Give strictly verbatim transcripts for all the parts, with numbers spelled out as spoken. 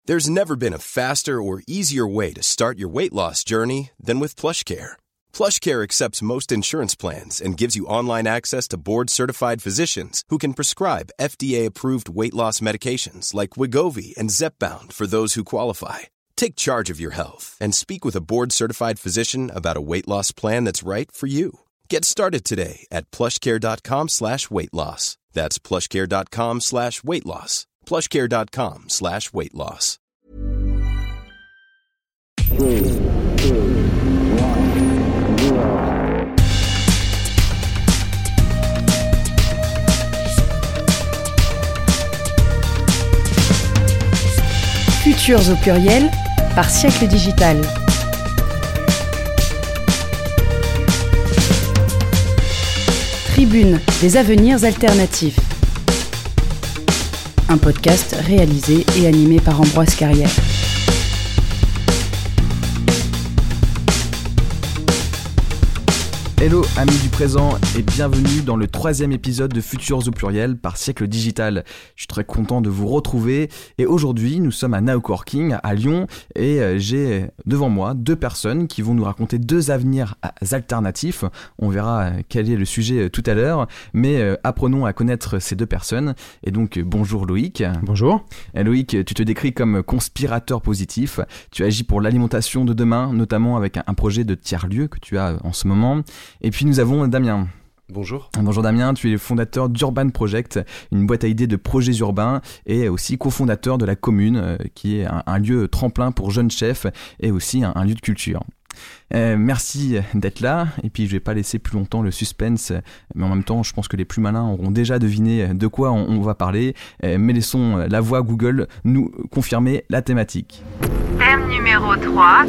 There's never been a faster or easier way to start your weight loss journey than with PlushCare. PlushCare accepts most insurance plans and gives you online access to board-certified physicians who can prescribe F D A-approved weight loss medications like Wegovy and Zepbound for those who qualify. Take charge of your health and speak with a board-certified physician about a weight loss plan that's right for you. Get started today at plushcare.com slash weight loss. That's plushcare.com slash weight loss. plushcare.com slash weight loss. three, two, one, zero. Futurs au pluriel par Siècle Digital. Tribune des avenirs alternatifs. Un podcast réalisé et animé par Ambroise Carrière. Hello amis du présent et bienvenue dans le troisième épisode de Futurs au pluriel par Siècle Digital. Je suis très content de vous retrouver et aujourd'hui nous sommes à Now Coworking à Lyon et j'ai devant moi deux personnes qui vont nous raconter deux avenirs alternatifs. On verra quel est le sujet tout à l'heure, mais apprenons à connaître ces deux personnes. Et donc bonjour Loïc. Bonjour. Loïc, tu te décris comme conspirateur positif. Tu agis pour l'alimentation de demain, notamment avec un projet de tiers-lieu que tu as en ce moment. Et puis nous avons Damien. Bonjour. Bonjour Damien, tu es le fondateur d'Urban Project, une boîte à idées de projets urbains et aussi cofondateur de la Commune, euh, qui est un, un lieu tremplin pour jeunes chefs et aussi un, un lieu de culture. Euh, merci d'être là et puis je vais pas laisser plus longtemps le suspense, mais en même temps je pense que les plus malins auront déjà deviné de quoi on, on va parler, euh, mais laissons la voix Google nous confirmer la thématique. Thème numéro trois,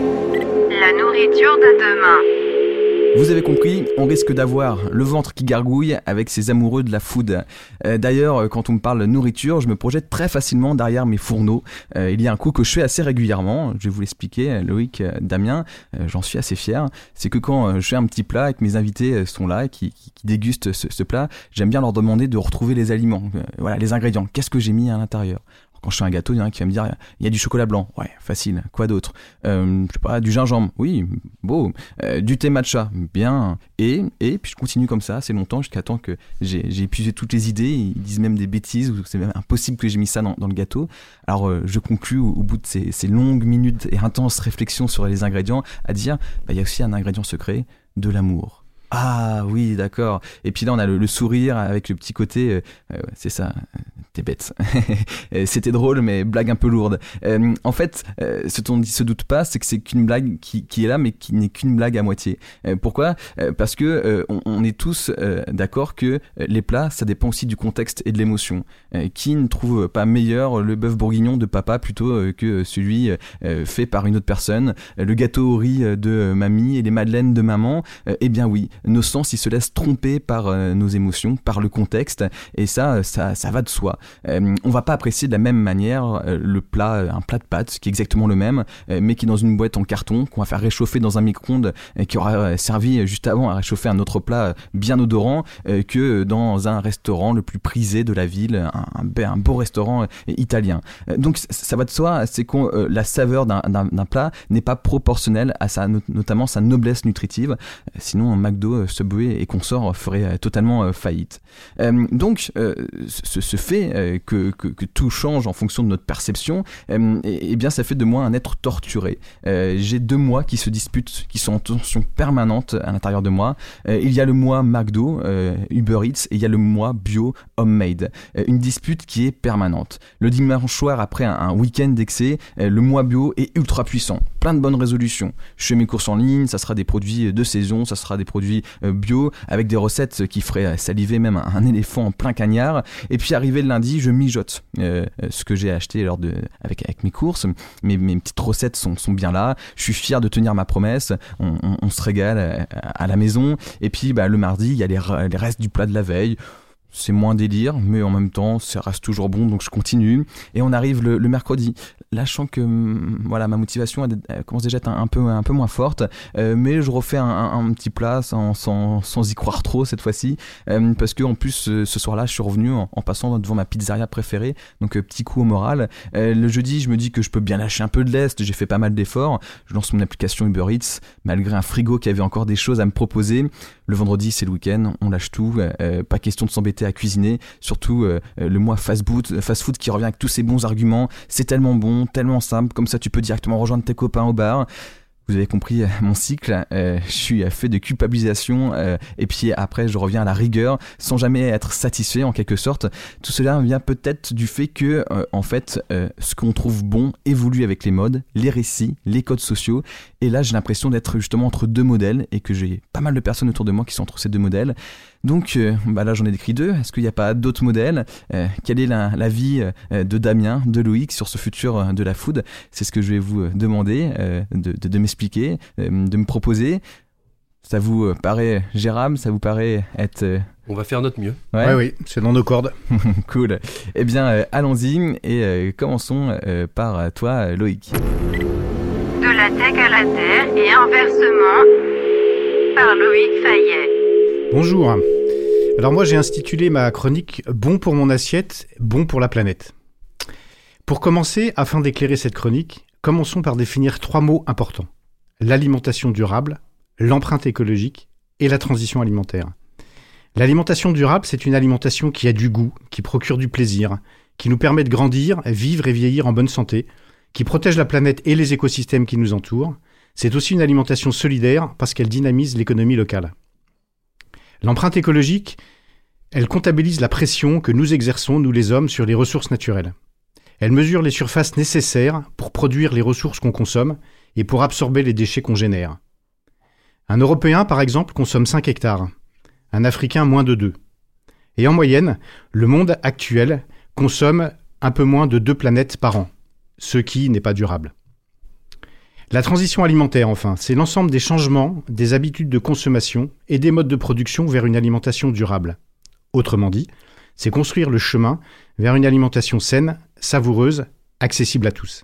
la nourriture de demain. Vous avez compris, on risque d'avoir le ventre qui gargouille avec ces amoureux de la food. Euh, d'ailleurs, quand on me parle de nourriture, je me projette très facilement derrière mes fourneaux. Euh, il y a un coup que je fais assez régulièrement, je vais vous l'expliquer, Loïc, euh, Damien, euh, j'en suis assez fier. C'est que quand euh, je fais un petit plat et que mes invités sont là et qui, qui, qui dégustent ce, ce plat, j'aime bien leur demander de retrouver les aliments, euh, voilà, les ingrédients. Qu'est-ce que j'ai mis à l'intérieur ? Quand je fais un gâteau, il y en a un qui va me dire il y a du chocolat blanc. Ouais, facile. Quoi d'autre ? euh, Je sais pas, du gingembre. Oui, beau. Euh, du thé matcha. Bien. Et, et puis je continue comme ça assez longtemps jusqu'à temps que j'ai, j'ai épuisé toutes les idées. Ils disent même des bêtises ou c'est même impossible que j'ai mis ça dans, dans le gâteau. Alors euh, je conclus au, au bout de ces, ces longues minutes et intenses réflexions sur les ingrédients à dire bah, il y a aussi un ingrédient secret, de l'amour. Ah oui, d'accord. Et puis là, on a le, le sourire avec le petit côté... Euh, euh, c'est ça, t'es bête. C'était drôle, mais blague un peu lourde. Euh, en fait, euh, ce dont on ne se doute pas, c'est que c'est qu'une blague qui, qui est là, mais qui n'est qu'une blague à moitié. Euh, pourquoi ? euh, Parce que euh, on, on est tous euh, d'accord que les plats, ça dépend aussi du contexte et de l'émotion. Euh, qui ne trouve pas meilleur le bœuf bourguignon de papa plutôt euh, que celui euh, fait par une autre personne ? Le gâteau au riz de mamie et les madeleines de maman ? euh, Eh bien oui. Nos sens, ils se laissent tromper par euh, nos émotions, par le contexte, et ça, ça, ça va de soi. Euh, on va pas apprécier de la même manière euh, le plat, un plat de pâtes qui est exactement le même, euh, mais qui est dans une boîte en carton, qu'on va faire réchauffer dans un micro-ondes, euh, qui aura euh, servi juste avant à réchauffer un autre plat bien odorant, euh, que dans un restaurant le plus prisé de la ville, un, un, un beau restaurant euh, italien. Euh, donc ça, ça va de soi, c'est que euh, la saveur d'un, d'un, d'un plat n'est pas proportionnelle à sa, notamment sa noblesse nutritive. Euh, sinon, un McDo, Subway et consorts ferait totalement faillite. Euh, donc, euh, ce, ce fait euh, que, que, que tout change en fonction de notre perception, euh, et, et bien ça fait de moi un être torturé. Euh, j'ai deux moi qui se disputent, qui sont en tension permanente à l'intérieur de moi. Euh, il y a le moi McDo, euh, Uber Eats, et il y a le moi bio, homemade. Euh, une dispute qui est permanente. Le dimanche soir, après un, un week-end d'excès, euh, le moi bio est ultra puissant. Plein de bonnes résolutions. Je fais mes courses en ligne, ça sera des produits de saison, ça sera des produits bio, avec des recettes qui feraient saliver même un éléphant en plein cagnard. Et puis arrivé le lundi, je mijote euh, ce que j'ai acheté lors de, avec, avec mes courses. Mes, mes petites recettes sont, sont bien là. Je suis fier de tenir ma promesse. On, on, on se régale à, à la maison. Et puis bah, le mardi, il y a les, les restes du plat de la veille. c'est moins délire, mais en même temps, ça reste toujours bon, donc je continue. Et on arrive le, le mercredi. Là, je sens que voilà, ma motivation elle, elle commence déjà à être un, un, peu, un peu moins forte, euh, mais je refais un, un, un petit plat sans, sans, sans y croire trop cette fois-ci, euh, parce que en plus, ce, ce soir-là, je suis revenu en, en passant devant ma pizzeria préférée, donc euh, petit coup au moral. Euh, le jeudi, je me dis que je peux bien lâcher un peu de lest, j'ai fait pas mal d'efforts. Je lance mon application Uber Eats, malgré un frigo qui avait encore des choses à me proposer. Le vendredi, c'est le week-end, on lâche tout, euh, pas question de s'embêter à cuisiner, surtout euh, le mois fast-food, fast-food qui revient avec tous ses bons arguments, c'est tellement bon, tellement simple, comme ça tu peux directement rejoindre tes copains au bar. Vous avez compris mon cycle, euh, je suis fait de culpabilisation euh, et puis après je reviens à la rigueur sans jamais être satisfait en quelque sorte. Tout cela vient peut-être du fait que euh, en fait euh, ce qu'on trouve bon évolue avec les modes, les récits, les codes sociaux, et là j'ai l'impression d'être justement entre deux modèles et que j'ai pas mal de personnes autour de moi qui sont entre ces deux modèles. Donc euh, bah là j'en ai décrit deux, est-ce qu'il n'y a pas d'autres modèles? euh, Quelle est la, la vie euh, de Damien, de Loïc sur ce futur de la food? C'est ce que je vais vous demander, euh, de, de, de m'expliquer, euh, de me proposer. Ça vous paraît gérable? Ça vous paraît être... Euh... On va faire notre mieux. Ouais, ouais oui, c'est dans nos cordes. Cool. Eh bien euh, allons-y et euh, commençons euh, par toi Loïc. De la tech à la terre et inversement par Loïc Fayet. Bonjour. Alors moi j'ai intitulé ma chronique « Bon pour mon assiette, bon pour la planète ». Pour commencer, afin d'éclairer cette chronique, commençons par définir trois mots importants. L'alimentation durable, l'empreinte écologique et la transition alimentaire. L'alimentation durable, c'est une alimentation qui a du goût, qui procure du plaisir, qui nous permet de grandir, vivre et vieillir en bonne santé, qui protège la planète et les écosystèmes qui nous entourent. C'est aussi une alimentation solidaire parce qu'elle dynamise l'économie locale. L'empreinte écologique, elle comptabilise la pression que nous exerçons, nous les hommes, sur les ressources naturelles. Elle mesure les surfaces nécessaires pour produire les ressources qu'on consomme et pour absorber les déchets qu'on génère. Un Européen, par exemple, consomme cinq hectares, un Africain moins de deux. Et en moyenne, le monde actuel consomme un peu moins de deux planètes par an, ce qui n'est pas durable. La transition alimentaire, enfin, c'est l'ensemble des changements, des habitudes de consommation et des modes de production vers une alimentation durable. Autrement dit, c'est construire le chemin vers une alimentation saine, savoureuse, accessible à tous.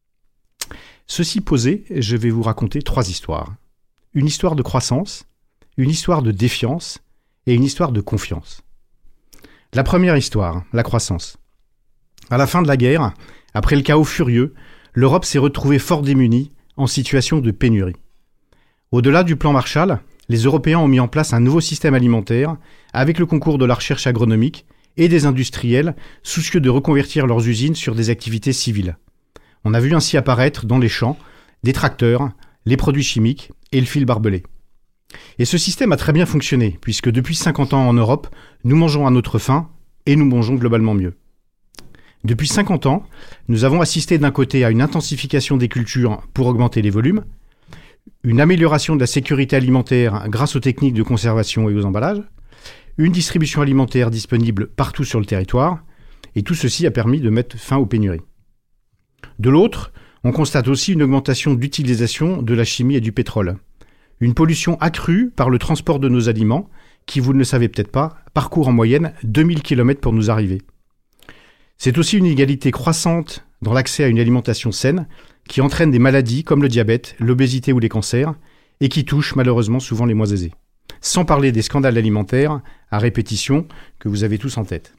Ceci posé, je vais vous raconter trois histoires. Une histoire de croissance, une histoire de défiance et une histoire de confiance. La première histoire, la croissance. À la fin de la guerre, après le chaos furieux, l'Europe s'est retrouvée fort démunie, en situation de pénurie. Au-delà du plan Marshall, les Européens ont mis en place un nouveau système alimentaire avec le concours de la recherche agronomique et des industriels soucieux de reconvertir leurs usines sur des activités civiles. On a vu ainsi apparaître dans les champs des tracteurs, les produits chimiques et le fil barbelé. Et ce système a très bien fonctionné, puisque depuis cinquante ans en Europe, nous mangeons à notre faim et nous mangeons globalement mieux. Depuis cinquante ans, nous avons assisté d'un côté à une intensification des cultures pour augmenter les volumes, une amélioration de la sécurité alimentaire grâce aux techniques de conservation et aux emballages, une distribution alimentaire disponible partout sur le territoire, et tout ceci a permis de mettre fin aux pénuries. De l'autre, on constate aussi une augmentation d'utilisation de la chimie et du pétrole, une pollution accrue par le transport de nos aliments, qui, vous ne le savez peut-être pas, parcourt en moyenne deux mille kilomètres pour nous arriver. C'est aussi une inégalité croissante dans l'accès à une alimentation saine qui entraîne des maladies comme le diabète, l'obésité ou les cancers et qui touche malheureusement souvent les moins aisés. Sans parler des scandales alimentaires à répétition que vous avez tous en tête.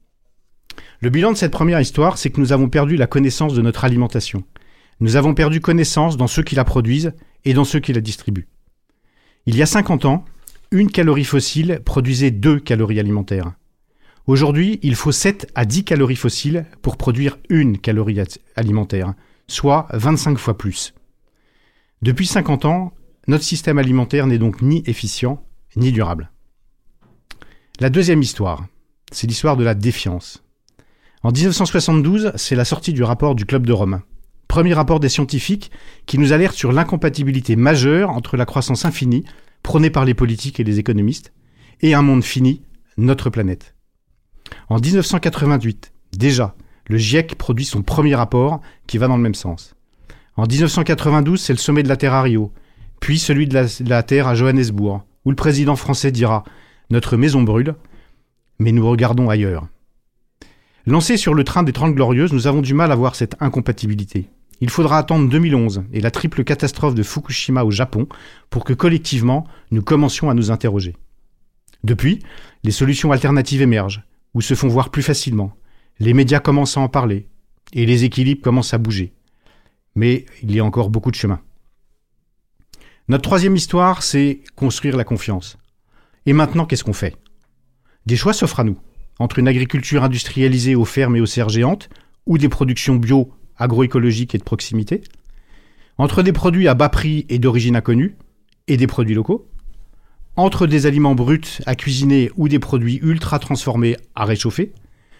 Le bilan de cette première histoire, c'est que nous avons perdu la connaissance de notre alimentation. Nous avons perdu connaissance dans ceux qui la produisent et dans ceux qui la distribuent. Il y a cinquante ans, une calorie fossile produisait deux calories alimentaires. Aujourd'hui, il faut sept à dix calories fossiles pour produire une calorie alimentaire, soit vingt-cinq fois plus. Depuis cinquante ans, notre système alimentaire n'est donc ni efficient, ni durable. La deuxième histoire, c'est l'histoire de la défiance. En dix-neuf cent soixante-douze, c'est la sortie du rapport du Club de Rome. Premier rapport des scientifiques qui nous alerte sur l'incompatibilité majeure entre la croissance infinie, prônée par les politiques et les économistes, et un monde fini, notre planète. En dix-neuf cent quatre-vingt-huit, déjà, le GIEC produit son premier rapport qui va dans le même sens. En dix-neuf cent quatre-vingt-douze, c'est le sommet de la Terre à Rio, puis celui de la, de la Terre à Johannesburg, où le président français dira « Notre maison brûle ». mais nous regardons ailleurs. Lancés sur le train des Trente Glorieuses, nous avons du mal à voir cette incompatibilité. Il faudra attendre deux mille onze et la triple catastrophe de Fukushima au Japon pour que collectivement, nous commencions à nous interroger. Depuis, les solutions alternatives émergent, ou se font voir plus facilement. Les médias commencent à en parler, et les équilibres commencent à bouger. Mais il y a encore beaucoup de chemin. Notre troisième histoire, c'est construire la confiance. Et maintenant, qu'est-ce qu'on fait ? Des choix s'offrent à nous, entre une agriculture industrialisée aux fermes et aux serres géantes, ou des productions bio, agroécologiques et de proximité, entre des produits à bas prix et d'origine inconnue, et des produits locaux, entre des aliments bruts à cuisiner ou des produits ultra transformés à réchauffer.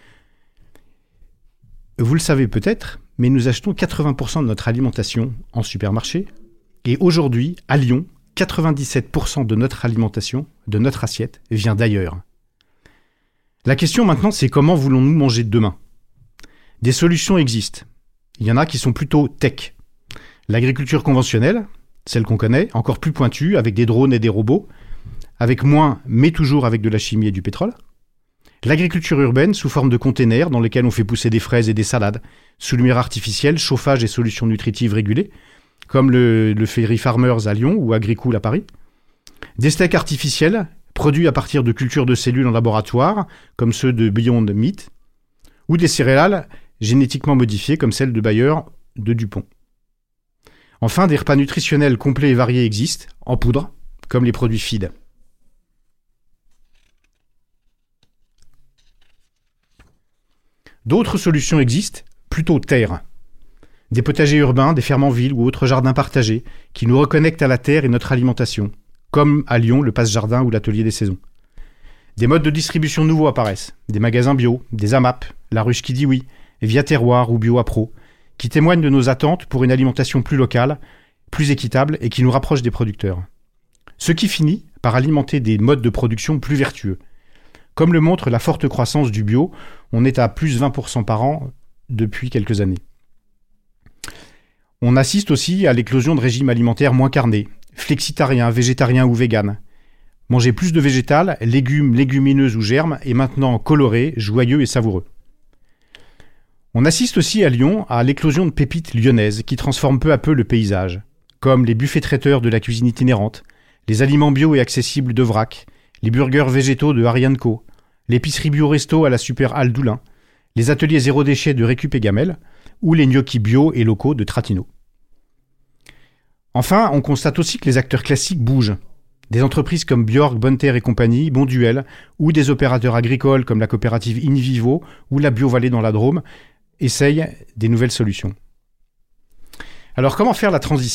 Vous le savez peut-être, mais nous achetons quatre-vingts pour cent de notre alimentation en supermarché, et aujourd'hui, à Lyon, quatre-vingt-dix-sept pour cent de notre alimentation, de notre assiette, vient d'ailleurs. La question maintenant, c'est comment voulons-nous manger demain ? Des solutions existent. Il y en a qui sont plutôt tech. L'agriculture conventionnelle, celle qu'on connaît, encore plus pointue, avec des drones et des robots, avec moins, mais toujours avec de la chimie et du pétrole. L'agriculture urbaine, sous forme de containers dans lesquels on fait pousser des fraises et des salades, sous lumière artificielle, chauffage et solutions nutritives régulées, comme le, le Ferry Farmers à Lyon ou Agricool à Paris. Des steaks artificiels, produits à partir de cultures de cellules en laboratoire, comme ceux de Beyond Meat, ou des céréales génétiquement modifiées, comme celles de Bayer de Dupont. Enfin, des repas nutritionnels complets et variés existent, en poudre, comme les produits feed. D'autres solutions existent, plutôt terre. Des potagers urbains, des fermes en ville ou autres jardins partagés qui nous reconnectent à la terre et notre alimentation, comme à Lyon le passe-jardin ou l'atelier des saisons. Des modes de distribution nouveaux apparaissent, des magasins bio, des A M A P, la ruche qui dit oui, Via Terroir ou Bio Apro, qui témoignent de nos attentes pour une alimentation plus locale, plus équitable et qui nous rapproche des producteurs. Ce qui finit par alimenter des modes de production plus vertueux. Comme le montre la forte croissance du bio, on est à plus vingt pour cent par an depuis quelques années. On assiste aussi à l'éclosion de régimes alimentaires moins carnés, flexitariens, végétariens ou véganes. Manger plus de végétal, légumes, légumineuses ou germes est maintenant coloré, joyeux et savoureux. On assiste aussi à Lyon à l'éclosion de pépites lyonnaises qui transforment peu à peu le paysage, comme les buffets traiteurs de la cuisine itinérante, les aliments bio et accessibles de Vrac, les burgers végétaux de Ariane Co, l'épicerie bio-resto à la Super Halle d'Oulin, les ateliers zéro déchet de Récup et Gamel, ou les gnocchis bio et locaux de Tratino. Enfin, on constate aussi que les acteurs classiques bougent. Des entreprises comme Bjork, Bonterre et compagnie, Bonduel, ou des opérateurs agricoles comme la coopérative InVivo ou la BioVallée dans la Drôme, essayent des nouvelles solutions. Alors, comment faire la transition ?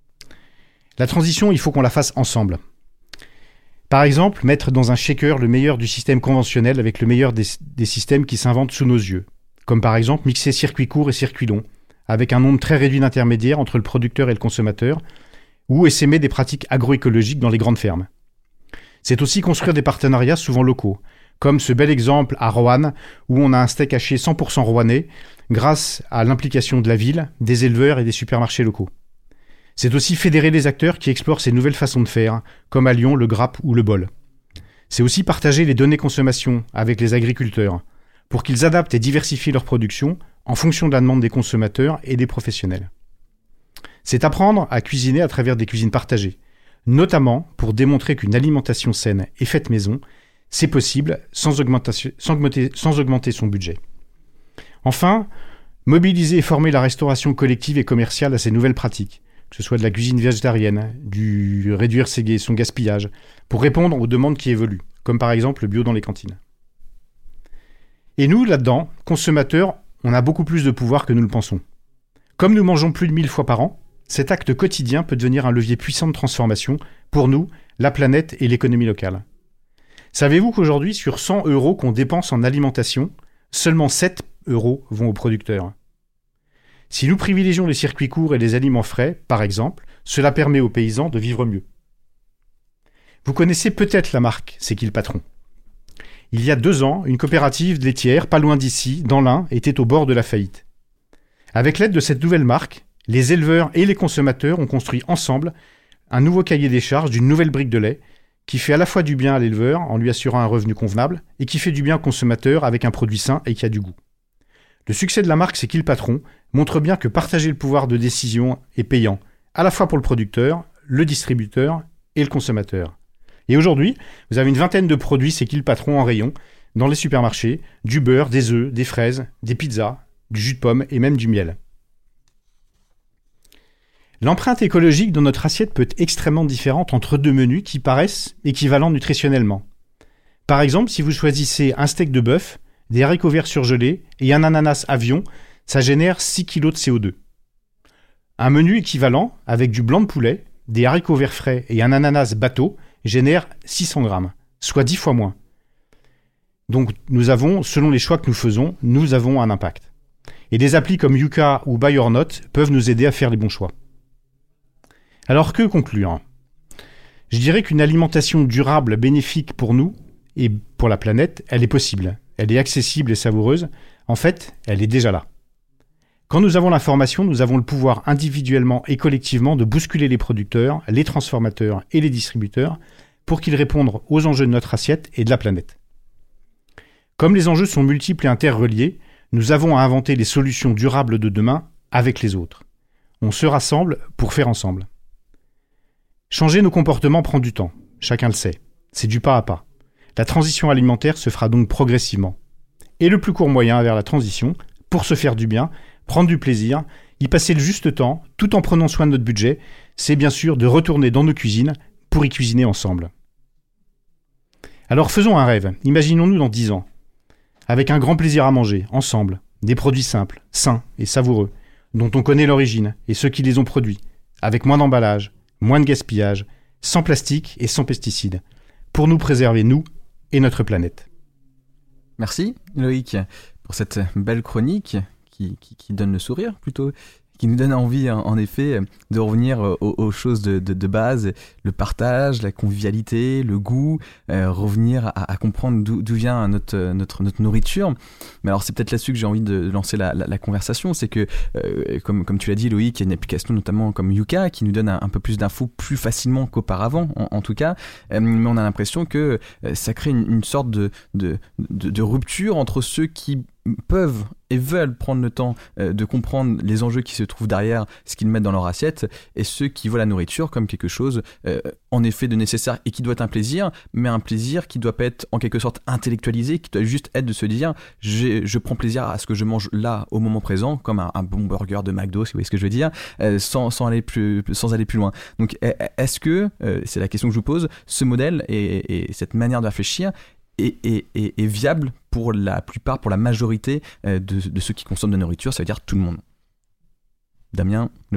La transition, il faut qu'on la fasse ensemble. Par exemple, mettre dans un shaker le meilleur du système conventionnel avec le meilleur des, des systèmes qui s'inventent sous nos yeux. Comme par exemple mixer circuits courts et circuits longs, avec un nombre très réduit d'intermédiaires entre le producteur et le consommateur, ou essaimer des pratiques agroécologiques dans les grandes fermes. C'est aussi construire des partenariats souvent locaux, comme ce bel exemple à Roanne, où on a un steak haché cent pour cent rouennais, grâce à l'implication de la ville, des éleveurs et des supermarchés locaux. C'est aussi fédérer les acteurs qui explorent ces nouvelles façons de faire, comme à Lyon, le Grappe ou le Bol. C'est aussi partager les données consommation avec les agriculteurs, pour qu'ils adaptent et diversifient leur production en fonction de la demande des consommateurs et des professionnels. C'est apprendre à cuisiner à travers des cuisines partagées, notamment pour démontrer qu'une alimentation saine et faite maison, c'est possible sans augmentation, sans augmenter, sans augmenter son budget. Enfin, mobiliser et former la restauration collective et commerciale à ces nouvelles pratiques, que ce soit de la cuisine végétarienne, du réduire ses, son gaspillage, pour répondre aux demandes qui évoluent, comme par exemple le bio dans les cantines. Et nous, là-dedans, consommateurs, on a beaucoup plus de pouvoir que nous le pensons. Comme nous mangeons plus de mille fois par an, cet acte quotidien peut devenir un levier puissant de transformation pour nous, la planète et l'économie locale. Savez-vous qu'aujourd'hui, sur cent euros qu'on dépense en alimentation, seulement sept euros vont aux producteurs ? Si nous privilégions les circuits courts et les aliments frais, par exemple, cela permet aux paysans de vivre mieux. Vous connaissez peut-être la marque C'est qui le patron ? Il y a deux ans, une coopérative laitière, pas loin d'ici, dans l'Ain, était au bord de la faillite. Avec l'aide de cette nouvelle marque, les éleveurs et les consommateurs ont construit ensemble un nouveau cahier des charges d'une nouvelle brique de lait qui fait à la fois du bien à l'éleveur en lui assurant un revenu convenable et qui fait du bien au consommateur avec un produit sain et qui a du goût. Le succès de la marque C'est qui le patron montre bien que partager le pouvoir de décision est payant, à la fois pour le producteur, le distributeur et le consommateur. Et aujourd'hui, vous avez une vingtaine de produits C'est qui le patron en rayon dans les supermarchés, du beurre, des œufs, des fraises, des pizzas, du jus de pomme et même du miel. L'empreinte écologique dans notre assiette peut être extrêmement différente entre deux menus qui paraissent équivalents nutritionnellement. Par exemple, si vous choisissez un steak de bœuf, des haricots verts surgelés et un ananas avion, ça génère six kilos de C O deux. Un menu équivalent, avec du blanc de poulet, des haricots verts frais et un ananas bateau, génère six cents grammes, soit dix fois moins. Donc nous avons, selon les choix que nous faisons, nous avons un impact. Et des applis comme Yuka ou Buy or Not peuvent nous aider à faire les bons choix. Alors que conclure ? Je dirais qu'une alimentation durable, bénéfique pour nous et pour la planète, elle est possible. Elle est accessible et savoureuse. En fait, elle est déjà là. Quand nous avons l'information, nous avons le pouvoir individuellement et collectivement de bousculer les producteurs, les transformateurs et les distributeurs pour qu'ils répondent aux enjeux de notre assiette et de la planète. Comme les enjeux sont multiples et interreliés, nous avons à inventer les solutions durables de demain avec les autres. On se rassemble pour faire ensemble. Changer nos comportements prend du temps, chacun le sait. C'est du pas à pas. La transition alimentaire se fera donc progressivement. Et le plus court moyen vers la transition, pour se faire du bien, prendre du plaisir, y passer le juste temps, tout en prenant soin de notre budget, c'est bien sûr de retourner dans nos cuisines pour y cuisiner ensemble. Alors faisons un rêve, imaginons-nous dans dix ans, avec un grand plaisir à manger, ensemble, des produits simples, sains et savoureux, dont on connaît l'origine et ceux qui les ont produits, avec moins d'emballage, moins de gaspillage, sans plastique et sans pesticides, pour nous préserver, nous et notre planète. Merci Loïc pour cette belle chronique qui, qui, qui donne le sourire plutôt, qui nous donne envie en, en effet de revenir aux, aux choses de, de, de base, le partage, la convivialité, le goût, euh, revenir à, à comprendre d'où, d'où vient notre, notre, notre nourriture. Mais alors c'est peut-être là-dessus que j'ai envie de lancer la, la, la conversation, c'est que euh, comme, comme tu l'as dit Loïc, il y a une application notamment comme Yuka qui nous donne un, un peu plus d'infos plus facilement qu'auparavant en, en tout cas, euh, mais on a l'impression que euh, ça crée une, une sorte de, de, de, de rupture entre ceux qui peuvent et veulent prendre le temps euh, de comprendre les enjeux qui se trouvent derrière ce qu'ils mettent dans leur assiette et ceux qui voient la nourriture comme quelque chose euh, en effet de nécessaire et qui doit être un plaisir, mais un plaisir qui doit pas être en quelque sorte intellectualisé, qui doit juste être de se dire j'ai, je prends plaisir à ce que je mange là au moment présent, comme un, un bon burger de McDo, si vous voyez ce que je veux dire, euh, sans, sans, aller plus, sans aller plus loin. Donc est-ce que, euh, c'est la question que je vous pose, ce modèle et, et cette manière de réfléchir Est, est, est, est viable pour la plupart, pour la majorité de, de ceux qui consomment de la nourriture, ça veut dire tout le monde. Damien, Loïc ?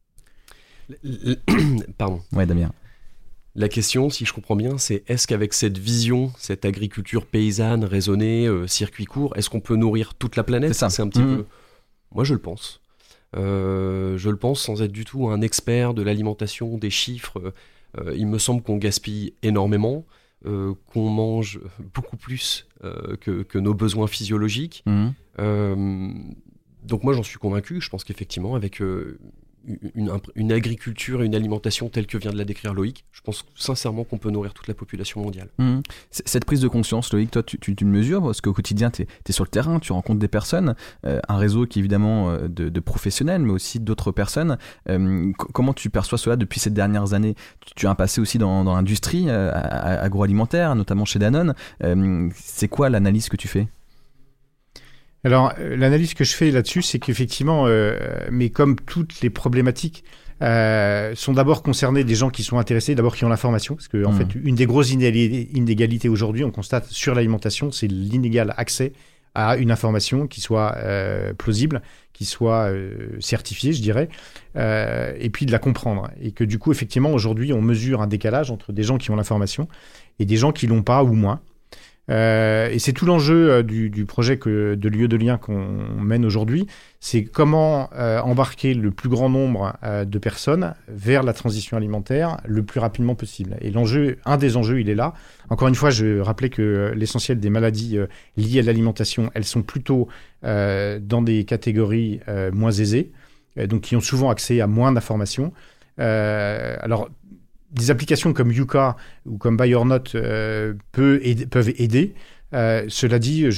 Pardon. Ouais, Damien. La question, si je comprends bien, c'est est-ce qu'avec cette vision, cette agriculture paysanne, raisonnée, euh, circuit court, est-ce qu'on peut nourrir toute la planète ? C'est ça. C'est un petit mmh. peu... Moi, je le pense. Euh, je le pense sans être du tout un expert de l'alimentation, des chiffres. Euh, il me semble qu'on gaspille énormément. Euh, qu'on mange beaucoup plus euh, que, que nos besoins physiologiques. Mmh. Euh, donc moi j'en suis convaincu, je pense qu'effectivement avec euh, une, une agriculture et une alimentation telle que vient de la décrire Loïc, je pense sincèrement qu'on peut nourrir toute la population mondiale. Mmh. Cette prise de conscience, Loïc, toi tu, tu, tu le mesures parce qu'au quotidien tu es sur le terrain, tu rencontres des personnes, euh, un réseau qui est évidemment euh, de, de professionnels mais aussi d'autres personnes. Euh, c- comment tu perçois cela depuis ces dernières années ? Tu, tu as un passé aussi dans, dans l'industrie euh, agroalimentaire, notamment chez Danone. Euh, c'est quoi l'analyse que tu fais ? Alors, euh, l'analyse que je fais là-dessus, c'est qu'effectivement, euh, mais comme toutes les problématiques, euh, sont d'abord concernées des gens qui sont intéressés, d'abord qui ont l'information, parce que en Mmh. fait, une des grosses inégalités, inégalités aujourd'hui, on constate sur l'alimentation, c'est l'inégal accès à une information qui soit euh, plausible, qui soit euh, certifiée, je dirais, euh, et puis de la comprendre. Et que du coup, effectivement, aujourd'hui, on mesure un décalage entre des gens qui ont l'information et des gens qui l'ont pas ou moins. Euh, et c'est tout l'enjeu euh, du, du projet que, de lieu de lien qu'on mène aujourd'hui, c'est comment euh, embarquer le plus grand nombre euh, de personnes vers la transition alimentaire le plus rapidement possible. Et l'enjeu, un des enjeux, il est là. Encore une fois, je rappelais que euh, l'essentiel des maladies euh, liées à l'alimentation, elles sont plutôt euh, dans des catégories euh, moins aisées, euh, donc qui ont souvent accès à moins d'informations. Euh, alors, des applications comme Yuka ou comme Buy or Not euh, peut aider, peuvent aider. Euh, cela dit,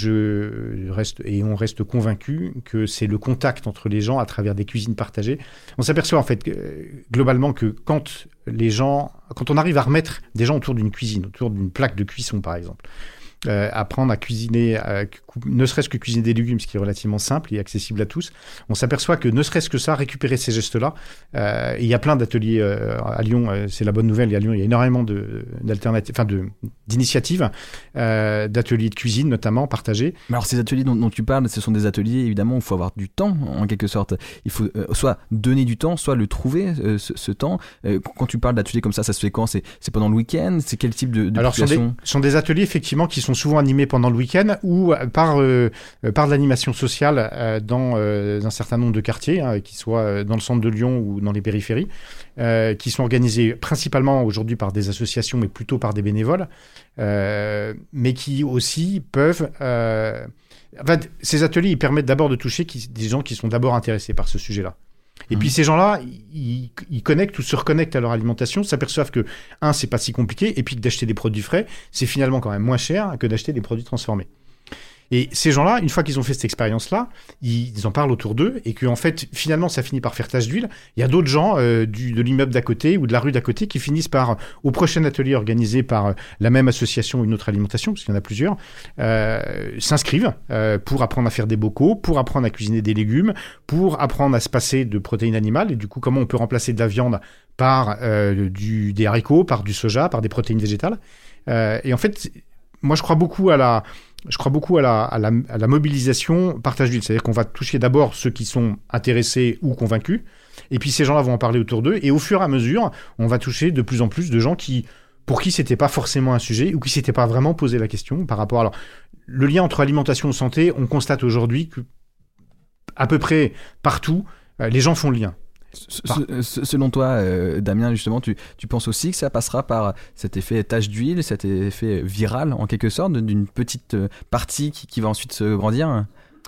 je reste et on reste convaincu que c'est le contact entre les gens à travers des cuisines partagées. On s'aperçoit en fait que, globalement que quand les gens, quand on arrive à remettre des gens autour d'une cuisine, autour d'une plaque de cuisson par exemple, euh, apprendre à cuisiner, à, ne serait-ce que cuisiner des légumes, ce qui est relativement simple et accessible à tous, on s'aperçoit que ne serait-ce que ça, récupérer ces gestes-là, euh, il y a plein d'ateliers euh, à Lyon, euh, c'est la bonne nouvelle, et à Lyon il y a énormément de, d'alternatives, enfin de, d'initiatives, euh, d'ateliers de cuisine notamment, partagés. Mais alors ces ateliers dont, dont tu parles, ce sont des ateliers évidemment où il faut avoir du temps en quelque sorte. Il faut euh, soit donner du temps, soit le trouver, euh, ce, ce temps. Euh, quand tu parles d'ateliers comme ça, ça se fait quand ? c'est, c'est pendant le week-end ? C'est quel type de, de Alors, ce sont, des, sont des ateliers effectivement qui sont souvent animés pendant le week-end ou par, euh, par de l'animation sociale euh, dans euh, un certain nombre de quartiers, hein, qui soient dans le centre de Lyon ou dans les périphéries, euh, qui sont organisés principalement aujourd'hui par des associations, mais plutôt par des bénévoles, euh, mais qui aussi peuvent... Euh... En fait, ces ateliers, ils permettent d'abord de toucher qui, des gens qui sont d'abord intéressés par ce sujet-là. Et mmh. puis ces gens-là, ils, ils connectent ou se reconnectent à leur alimentation, s'aperçoivent que, un, c'est pas si compliqué, et puis que d'acheter des produits frais, c'est finalement quand même moins cher que d'acheter des produits transformés. Et ces gens-là, une fois qu'ils ont fait cette expérience-là, ils en parlent autour d'eux, et qu'en fait, finalement, ça finit par faire tache d'huile. Il y a d'autres gens euh, du, de l'immeuble d'à côté ou de la rue d'à côté qui finissent par, au prochain atelier organisé par la même association ou une autre alimentation, parce qu'il y en a plusieurs, euh, s'inscrivent euh, pour apprendre à faire des bocaux, pour apprendre à cuisiner des légumes, pour apprendre à se passer de protéines animales, et du coup, comment on peut remplacer de la viande par euh, du, des haricots, par du soja, par des protéines végétales. Euh, et en fait, moi, je crois beaucoup à la... Je crois beaucoup à la, à la, à la mobilisation partage d'huile. C'est-à-dire qu'on va toucher d'abord ceux qui sont intéressés ou convaincus, et puis ces gens-là vont en parler autour d'eux, et au fur et à mesure, on va toucher de plus en plus de gens qui, pour qui c'était pas forcément un sujet, ou qui s'étaient pas vraiment posé la question par rapport à... Alors, le lien entre alimentation et santé, on constate aujourd'hui que à peu près partout, les gens font le lien. Selon toi, euh, Damien, justement, tu, tu penses aussi que ça passera par cet effet tache d'huile, cet effet viral, en quelque sorte, d'une petite partie qui, qui va ensuite se grandir ?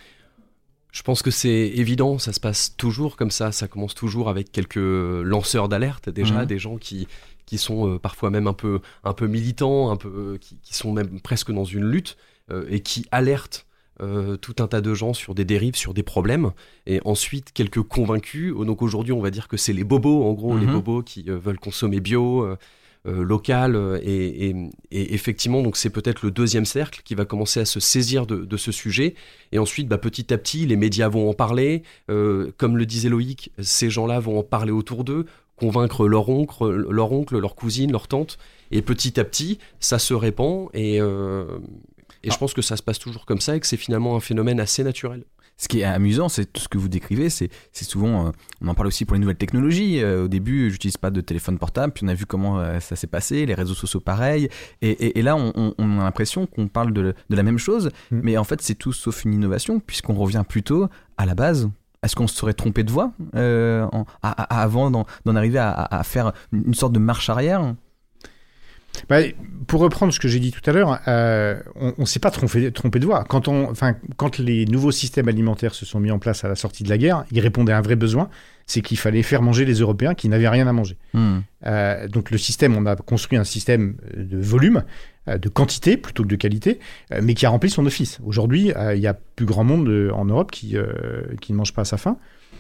Je pense que c'est évident, ça se passe toujours comme ça, ça commence toujours avec quelques lanceurs d'alerte, déjà, mmh. des gens qui, qui sont euh, parfois même un peu, un peu militants, un peu, qui, qui sont même presque dans une lutte, euh, et qui alertent Euh, tout un tas de gens sur des dérives, sur des problèmes, et ensuite quelques convaincus. Donc aujourd'hui on va dire que c'est les bobos, en gros, mm-hmm. les bobos qui euh, veulent consommer bio, euh, euh, local, euh, et, et, et effectivement donc c'est peut-être le deuxième cercle qui va commencer à se saisir de, de ce sujet, et ensuite bah, petit à petit les médias vont en parler, euh, comme le disait Loïc, ces gens-là vont en parler autour d'eux, convaincre leur oncle, leur oncle, leur cousine, leur tante, et petit à petit ça se répand, et euh, Et ah. je pense que ça se passe toujours comme ça et que c'est finalement un phénomène assez naturel. Ce qui est amusant, c'est tout ce que vous décrivez, c'est, c'est souvent, euh, on en parle aussi pour les nouvelles technologies. Euh, au début, j'utilise pas de téléphone portable, puis on a vu comment euh, ça s'est passé, les réseaux sociaux pareil. Et, et, et là, on, on, on a l'impression qu'on parle de, de la même chose, mmh. mais en fait, c'est tout sauf une innovation, puisqu'on revient plutôt à la base. Est-ce qu'on se serait trompé de voie euh, en, à, à, avant d'en, d'en arriver à, à faire une sorte de marche arrière ? Bah, pour reprendre ce que j'ai dit tout à l'heure, euh, on ne s'est pas trompé, trompé de voie. Quand, on, quand les nouveaux systèmes alimentaires se sont mis en place à la sortie de la guerre, ils répondaient à un vrai besoin, c'est qu'il fallait faire manger les Européens qui n'avaient rien à manger. Mmh. Euh, donc le système, on a construit un système de volume, euh, de quantité plutôt que de qualité, euh, mais qui a rempli son office. Aujourd'hui, il euh, y a plus grand monde euh, en Europe qui, euh, qui ne mange pas à sa faim.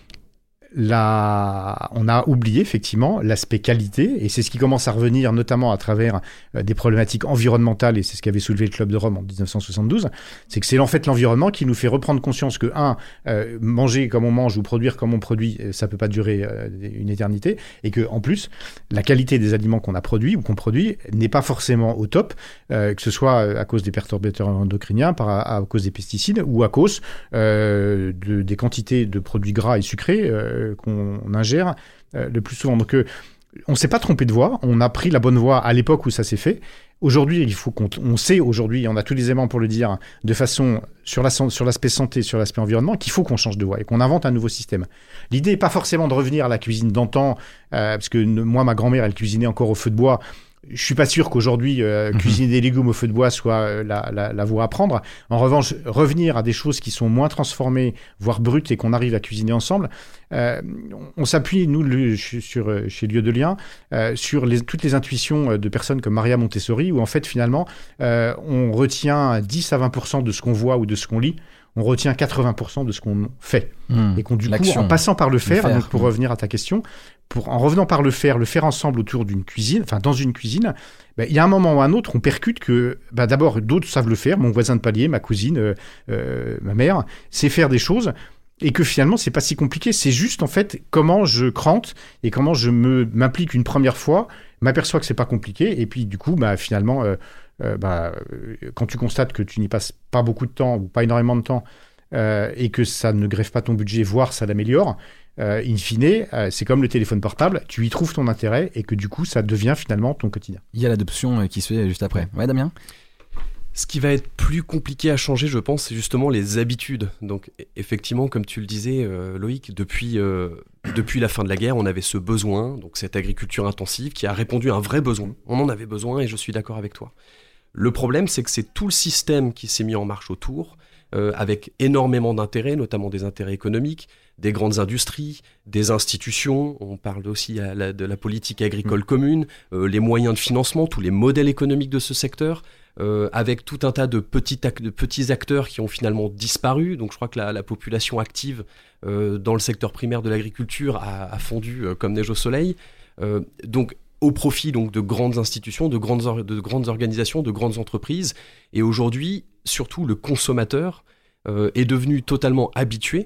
La... on a oublié effectivement l'aspect qualité, et c'est ce qui commence à revenir notamment à travers euh, des problématiques environnementales, et c'est ce qu'avait soulevé le Club de Rome en dix-neuf cent soixante-douze, c'est que c'est en fait l'environnement qui nous fait reprendre conscience que, un, euh, manger comme on mange ou produire comme on produit, ça peut pas durer euh, une éternité, et que en plus, la qualité des aliments qu'on a produits ou qu'on produit n'est pas forcément au top, euh, que ce soit à cause des perturbateurs endocriniens, par, à, à cause des pesticides, ou à cause euh, de, des quantités de produits gras et sucrés euh, qu'on ingère euh, le plus souvent. Donc euh, on ne s'est pas trompé de voie, on a pris la bonne voie à l'époque où ça s'est fait. Aujourd'hui, il faut qu'on on sait aujourd'hui, on a tous les éléments pour le dire, de façon sur, la, sur l'aspect santé, sur l'aspect environnement, qu'il faut qu'on change de voie et qu'on invente un nouveau système. L'idée n'est pas forcément de revenir à la cuisine d'antan, euh, parce que moi, ma grand-mère, elle cuisinait encore au feu de bois. Je suis pas sûr qu'aujourd'hui euh, mmh. cuisiner des légumes au feu de bois soit euh, la, la, la voie à prendre. En revanche, revenir à des choses qui sont moins transformées, voire brutes, et qu'on arrive à cuisiner ensemble. Euh, on s'appuie, nous, le, sur, chez Lieu de Lien, euh, sur les, toutes les intuitions de personnes comme Maria Montessori, où en fait, finalement, euh, on retient dix à vingt pour cent de ce qu'on voit ou de ce qu'on lit. On retient quatre-vingts pour cent de ce qu'on fait. Mmh, et qu'on, du coup, en passant par le faire, le faire donc pour mmh. revenir à ta question, pour, en revenant par le faire, le faire ensemble autour d'une cuisine, enfin dans une cuisine, il ben, y a un moment ou un autre, on percute que, ben, d'abord, d'autres savent le faire. Mon voisin de palier, ma cousine, euh, euh, ma mère, sait faire des choses. Et que finalement, c'est pas si compliqué. C'est juste, en fait, comment je crante et comment je me, m'implique une première fois, m'aperçois que c'est pas compliqué. Et puis, du coup, bah, finalement... Euh, Euh, bah, quand tu constates que tu n'y passes pas beaucoup de temps ou pas énormément de temps euh, et que ça ne greffe pas ton budget, voire ça l'améliore, euh, in fine, euh, c'est comme le téléphone portable, tu y trouves ton intérêt et que du coup, ça devient finalement ton quotidien. Il y a l'adoption qui se fait juste après. Ouais, Damien ? Ce qui va être plus compliqué à changer, je pense, c'est justement les habitudes. Donc, effectivement, comme tu le disais, euh, Loïc, depuis, euh, depuis la fin de la guerre, on avait ce besoin, donc cette agriculture intensive qui a répondu à un vrai besoin. On en avait besoin et je suis d'accord avec toi. Le problème, c'est que c'est tout le système qui s'est mis en marche autour, euh, avec énormément d'intérêts, notamment des intérêts économiques, des grandes industries, des institutions. On parle aussi à la, de la politique agricole commune, euh, les moyens de financement, tous les modèles économiques de ce secteur. Euh, avec tout un tas de petits, ac- de petits acteurs qui ont finalement disparu. Donc je crois que la, la population active euh, dans le secteur primaire de l'agriculture a, a fondu euh, comme neige au soleil. Euh, donc au profit donc, de grandes institutions, de grandes, or- de grandes organisations, de grandes entreprises. Et aujourd'hui, surtout le consommateur euh, est devenu totalement habitué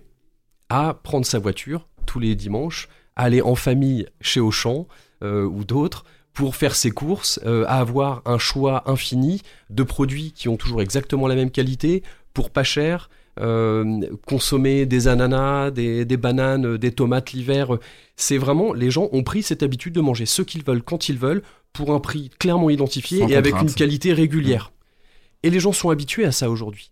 à prendre sa voiture tous les dimanches, à aller en famille chez Auchan euh, ou d'autres, pour faire ses courses, euh, à avoir un choix infini de produits qui ont toujours exactement la même qualité, pour pas cher, euh, consommer des ananas, des, des bananes, des tomates l'hiver. C'est vraiment, les gens ont pris cette habitude de manger ce qu'ils veulent, quand ils veulent, pour un prix clairement identifié Sans et avec une qualité régulière. Mmh. Et les gens sont habitués à ça aujourd'hui.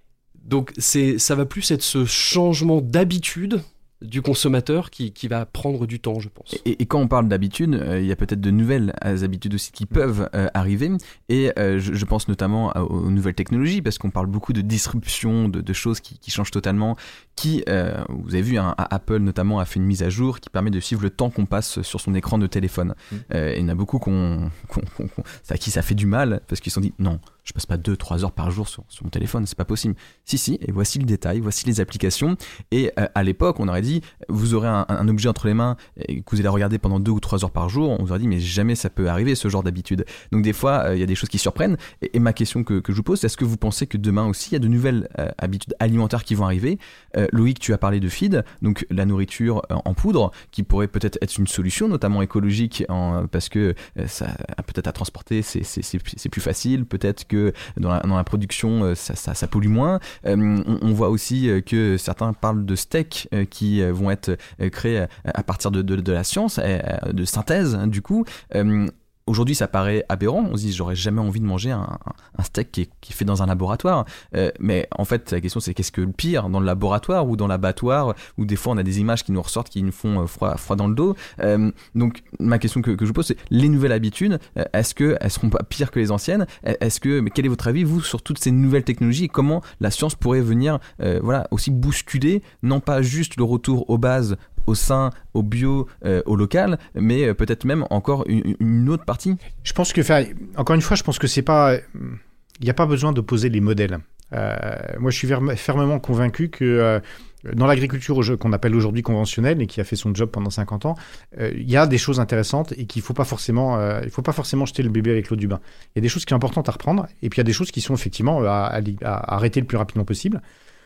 Donc c'est, ça va plus être ce changement d'habitude du consommateur qui, qui va prendre du temps, je pense. Et, et quand on parle d'habitude, euh, il y a peut-être de nouvelles habitudes aussi qui peuvent euh, arriver. Et euh, je, je pense notamment à, aux nouvelles technologies, parce qu'on parle beaucoup de disruption, de, de choses qui, qui changent totalement. Qui, euh, vous avez vu, hein, Apple notamment a fait une mise à jour qui permet de suivre le temps qu'on passe sur son écran de téléphone. Mmh. Euh, il y en a beaucoup qu'on, qu'on, qu'on, qu'on, à qui ça fait du mal, parce qu'ils se sont dit non, je passe pas deux trois heures par jour sur, sur mon téléphone, c'est pas possible. Si, si, et voici le détail, voici les applications. Et euh, à l'époque, on aurait dit, vous aurez un, un objet entre les mains et que vous allez regarder pendant deux ou trois heures par jour, on vous aurait dit, mais jamais ça peut arriver, ce genre d'habitude. Donc des fois, il euh, y a des choses qui surprennent. Et, et ma question que, que je vous pose, c'est est-ce que vous pensez que demain aussi, il y a de nouvelles euh, habitudes alimentaires qui vont arriver ? euh, Loïc, tu as parlé de feed, donc la nourriture euh, en poudre, qui pourrait peut-être être une solution, notamment écologique, en, parce que euh, ça, peut-être à transporter, c'est, c'est, c'est, c'est plus facile, peut-être que dans la, dans la production, ça, ça, ça pollue moins. Euh, on, on voit aussi que certains parlent de steaks euh, qui euh, vont être euh, créés à, à partir de, de, de la science, euh, de synthèse, hein, du coup. Euh, Aujourd'hui, ça paraît aberrant. On se dit, j'aurais jamais envie de manger un, un steak qui est, qui est fait dans un laboratoire. Euh, mais en fait, la question, c'est qu'est-ce que le pire, dans le laboratoire ou dans l'abattoir, où des fois, on a des images qui nous ressortent, qui nous font froid, froid dans le dos. Euh, donc, ma question que, que je vous pose, c'est les nouvelles habitudes, est-ce qu'elles seront pas pires que les anciennes ? Est-ce que, mais quel est votre avis, vous, sur toutes ces nouvelles technologies et comment la science pourrait venir, euh, voilà, aussi bousculer, non pas juste le retour aux bases, au sain, au bio, euh, au local, mais euh, peut-être même encore une, une autre partie. Je pense que, encore une fois, je pense que c'est pas, il n'y a pas besoin d'opposer les modèles. Euh, moi, je suis fermement convaincu que euh, dans l'agriculture qu'on appelle aujourd'hui conventionnelle et qui a fait son job pendant cinquante ans, euh, il y a des choses intéressantes et qu'il faut pas forcément, euh, il faut pas forcément jeter le bébé avec l'eau du bain. Il y a des choses qui sont importantes à reprendre et puis il y a des choses qui sont effectivement à, à, à arrêter le plus rapidement possible.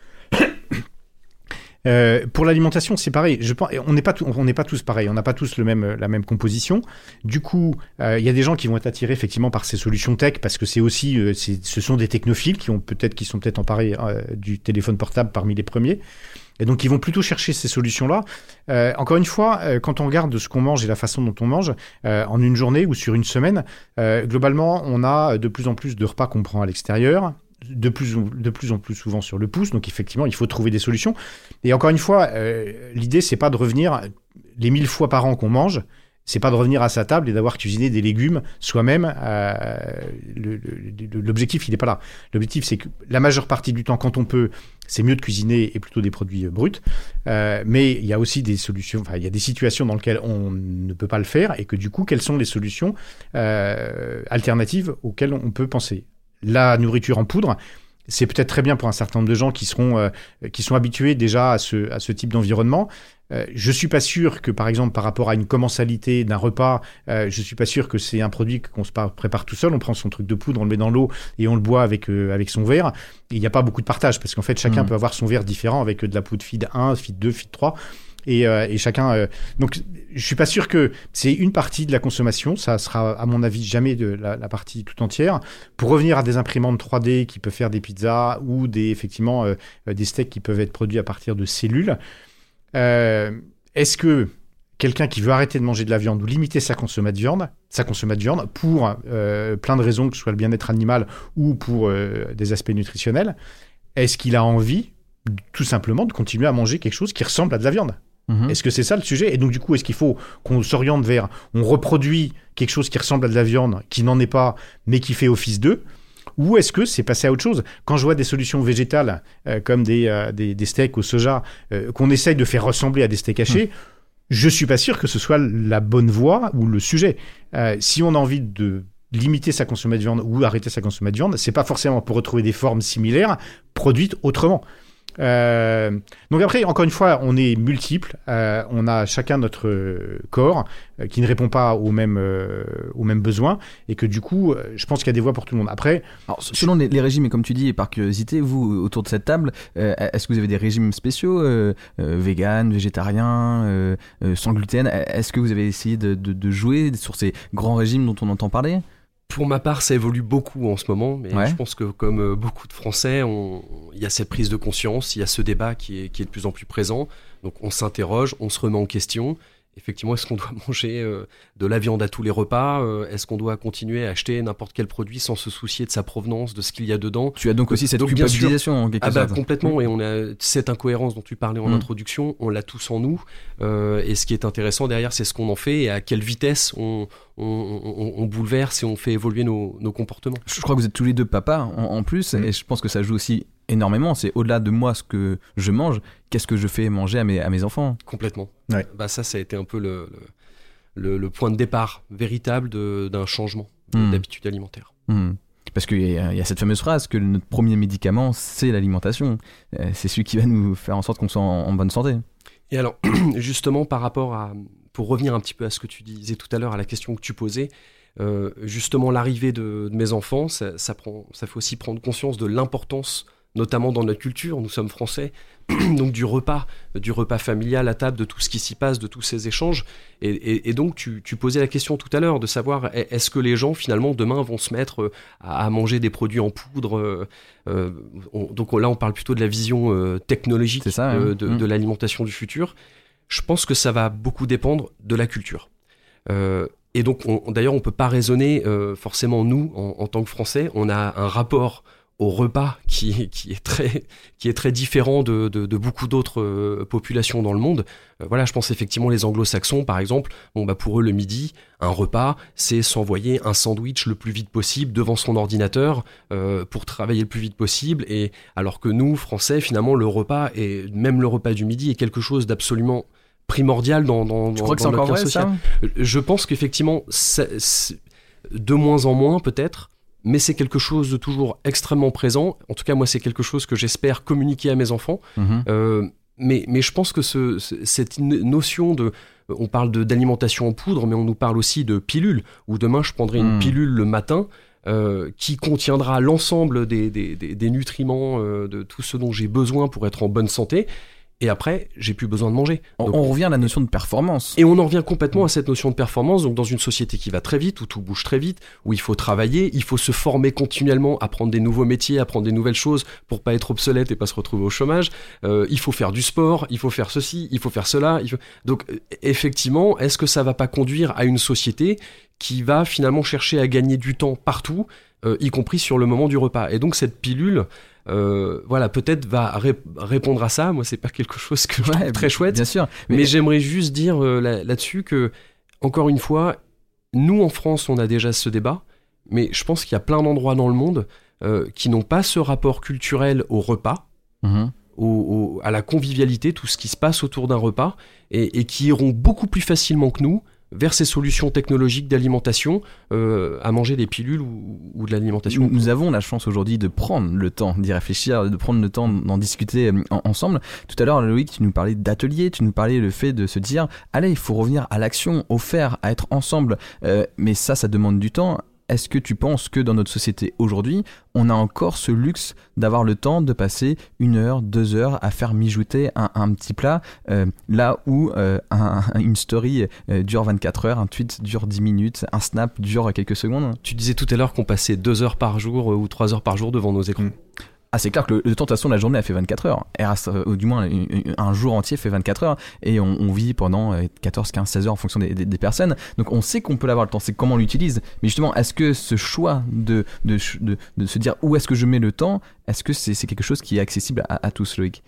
Euh, pour l'alimentation, c'est pareil. Je pense, on n'est pas, tout, on n'est pas tous pareils. On n'a pas tous le même, la même composition. Du coup, il euh, y a des gens qui vont être attirés effectivement par ces solutions tech parce que c'est aussi, euh, c'est, ce sont des technophiles qui ont peut-être, qui sont peut-être emparés euh, du téléphone portable parmi les premiers. Et donc, ils vont plutôt chercher ces solutions-là. Euh, encore une fois, euh, quand on regarde ce qu'on mange et la façon dont on mange, euh, en une journée ou sur une semaine, euh, globalement, on a de plus en plus de repas qu'on prend à l'extérieur. De plus, de plus en plus souvent sur le pouce, donc effectivement il faut trouver des solutions. Et encore une fois, euh, l'idée c'est pas de revenir les mille fois par an qu'on mange, c'est pas de revenir à sa table et d'avoir cuisiné des légumes soi-même. Euh, le, le, l'objectif, il n'est pas là. L'objectif, c'est que la majeure partie du temps, quand on peut, c'est mieux de cuisiner et plutôt des produits bruts. Euh, mais il y a aussi des solutions, enfin, il y a des situations dans lesquelles on ne peut pas le faire et que du coup, quelles sont les solutions euh, alternatives auxquelles on peut penser? La nourriture en poudre, c'est peut-être très bien pour un certain nombre de gens qui seront, euh, qui sont habitués déjà à ce, à ce type d'environnement. Euh, je suis pas sûr que, par exemple, par rapport à une commensalité d'un repas, euh, je suis pas sûr que c'est un produit qu'on se prépare tout seul. On prend son truc de poudre, on le met dans l'eau et on le boit avec, euh, avec son verre. Il n'y a pas beaucoup de partage parce qu'en fait, chacun mmh. peut avoir son verre différent avec de la poudre F I D un, F I D deux, F I D trois. Et, euh, et chacun... Euh, donc, je suis pas sûr que c'est une partie de la consommation. Ça sera, à mon avis, jamais de la, la partie tout entière. Pour revenir à des imprimantes trois D qui peuvent faire des pizzas ou des, effectivement, euh, des steaks qui peuvent être produits à partir de cellules, euh, est-ce que quelqu'un qui veut arrêter de manger de la viande ou limiter sa consommation de viande, sa consommation de viande pour euh, plein de raisons, que ce soit le bien-être animal ou pour euh, des aspects nutritionnels, est-ce qu'il a envie, tout simplement, de continuer à manger quelque chose qui ressemble à de la viande ? Mmh. Est-ce que c'est ça le sujet ? Et donc, du coup, est-ce qu'il faut qu'on s'oriente vers... On reproduit quelque chose qui ressemble à de la viande, qui n'en est pas, mais qui fait office d'eux ? Ou est-ce que c'est passé à autre chose ? Quand je vois des solutions végétales, euh, comme des, euh, des, des steaks au soja, euh, qu'on essaye de faire ressembler à des steaks hachés, mmh. je ne suis pas sûr que ce soit la bonne voie ou le sujet. Euh, si on a envie de limiter sa consommation de viande ou arrêter sa consommation de viande, ce n'est pas forcément pour retrouver des formes similaires, produites autrement. Euh, donc après, encore une fois, on est multiples, euh, on a chacun notre corps euh, qui ne répond pas aux mêmes, euh, aux mêmes besoins et que du coup, euh, je pense qu'il y a des voies pour tout le monde. Après, alors, selon les, les régimes, et comme tu dis, et par curiosité, vous, autour de cette table, euh, est-ce que vous avez des régimes spéciaux, euh, euh, vegan, végétarien, euh, euh, sans gluten ? Est-ce que vous avez essayé de, de, de jouer sur ces grands régimes dont on entend parler ? Pour ma part, ça évolue beaucoup en ce moment, mais ouais. je pense que comme beaucoup de Français, il y a cette prise de conscience, il y a ce débat qui est, qui est de plus en plus présent. Donc on s'interroge, on se remet en question. Effectivement, est-ce qu'on doit manger euh, de la viande à tous les repas ? euh, Est-ce qu'on doit continuer à acheter n'importe quel produit sans se soucier de sa provenance, de ce qu'il y a dedans ? Tu as donc aussi cette donc, culpabilisation en quelque ah bah, sorte. Complètement, mmh. et on a cette incohérence dont tu parlais en mmh. introduction, on l'a tous en nous. Euh, et ce qui est intéressant derrière, c'est ce qu'on en fait et à quelle vitesse on, on, on, on bouleverse et on fait évoluer nos, nos comportements. Je crois que vous êtes tous les deux papas en, en plus, mmh. et je pense que ça joue aussi énormément. C'est au-delà de moi ce que je mange, qu'est-ce que je fais manger à mes, à mes enfants. Complètement. Ouais. Bah ça, ça a été un peu le, le, le, le point de départ véritable de, d'un changement mmh. d'habitude alimentaire. Mmh. Parce qu'il y, y a cette fameuse phrase que notre premier médicament, c'est l'alimentation. C'est celui qui va nous faire en sorte qu'on soit en, en bonne santé. Et alors, justement, par rapport à... Pour revenir un petit peu à ce que tu disais tout à l'heure, à la question que tu posais, euh, justement, l'arrivée de, de mes enfants, ça, ça, prend, ça fait aussi prendre conscience de l'importance, notamment dans notre culture, nous sommes français, donc du repas, du repas familial à table, de tout ce qui s'y passe, de tous ces échanges. Et, et, et donc, tu, tu posais la question tout à l'heure de savoir, est-ce que les gens, finalement, demain, vont se mettre à, à manger des produits en poudre euh, on, Donc là, on parle plutôt de la vision euh, technologique C'est ça, euh, hein. de, mmh. de l'alimentation du futur. Je pense que ça va beaucoup dépendre de la culture. Euh, et donc, on, d'ailleurs, on ne peut pas raisonner euh, forcément, nous, en, en tant que Français, on a un rapport au repas qui, qui, est, très, qui est très différent de, de, de beaucoup d'autres euh, populations dans le monde. Euh, voilà, je pense effectivement les anglo-saxons, par exemple, bon, bah, pour eux, le midi, un repas, c'est s'envoyer un sandwich le plus vite possible devant son ordinateur euh, pour travailler le plus vite possible. Et alors que nous, Français, finalement, le repas, et même le repas du midi, est quelque chose d'absolument primordial dans, dans, tu dans, crois que dans c'est notre encore lien vrai, social. Ça Je pense qu'effectivement, c'est, c'est de moins en moins peut-être, mais c'est quelque chose de toujours extrêmement présent. En tout cas, moi, c'est quelque chose que j'espère communiquer à mes enfants. Mmh. Euh, mais, mais je pense que ce, cette notion de... On parle de, d'alimentation en poudre, mais on nous parle aussi de pilule, où demain, je prendrai une mmh. pilule le matin euh, qui contiendra l'ensemble des, des, des, des nutriments, euh, de tout ce dont j'ai besoin pour être en bonne santé. Et après, j'ai plus besoin de manger. Donc, on revient à la notion de performance. Et on en revient complètement à cette notion de performance. Donc, dans une société qui va très vite, où tout bouge très vite, où il faut travailler, il faut se former continuellement, apprendre des nouveaux métiers, apprendre des nouvelles choses pour pas être obsolète et pas se retrouver au chômage. Euh, il faut faire du sport, il faut faire ceci, il faut faire cela. Il faut... Donc, effectivement, est-ce que ça va pas conduire à une société qui va finalement chercher à gagner du temps partout, euh, y compris sur le moment du repas ? Et donc, cette pilule... Euh, voilà, peut-être va ré- répondre à ça. Moi, c'est pas quelque chose que je ouais, trouve très chouette. Bien sûr. Mais, mais j'aimerais juste dire euh, là- là-dessus que, encore une fois, nous en France, on a déjà ce débat, mais je pense qu'il y a plein d'endroits dans le monde euh, qui n'ont pas ce rapport culturel au repas, mmh. au, au, à la convivialité, tout ce qui se passe autour d'un repas, et, et qui iront beaucoup plus facilement que nous vers ces solutions technologiques d'alimentation, euh, à manger des pilules ou, ou de l'alimentation. Nous, nous avons la chance aujourd'hui de prendre le temps d'y réfléchir, de prendre le temps d'en discuter en, ensemble. Tout à l'heure, Loïc, tu nous parlais d'atelier, tu nous parlais le fait de se dire « Allez, il faut revenir à l'action, au faire, à être ensemble. Euh, » Mais ça, ça demande du temps. Est-ce que tu penses que dans notre société aujourd'hui, on a encore ce luxe d'avoir le temps de passer une heure, deux heures à faire mijoter un, un petit plat, euh, là où euh, un, une story euh, dure vingt-quatre heures, un tweet dure dix minutes, un snap dure quelques secondes? Tu disais tout à l'heure qu'on passait deux heures par jour euh, ou trois heures par jour devant nos écrans. Mmh. Ah, c'est clair que le, le temps de toute façon de la journée a fait vingt-quatre heures, ou du moins un jour entier fait vingt-quatre heures, et on, on vit pendant quatorze, quinze, seize heures en fonction des, des, des personnes, donc on sait qu'on peut l'avoir le temps, c'est comment on l'utilise. Mais justement, est-ce que ce choix de, de, de, de se dire où est-ce que je mets le temps, est-ce que c'est, c'est quelque chose qui est accessible à, à tous, Loïc?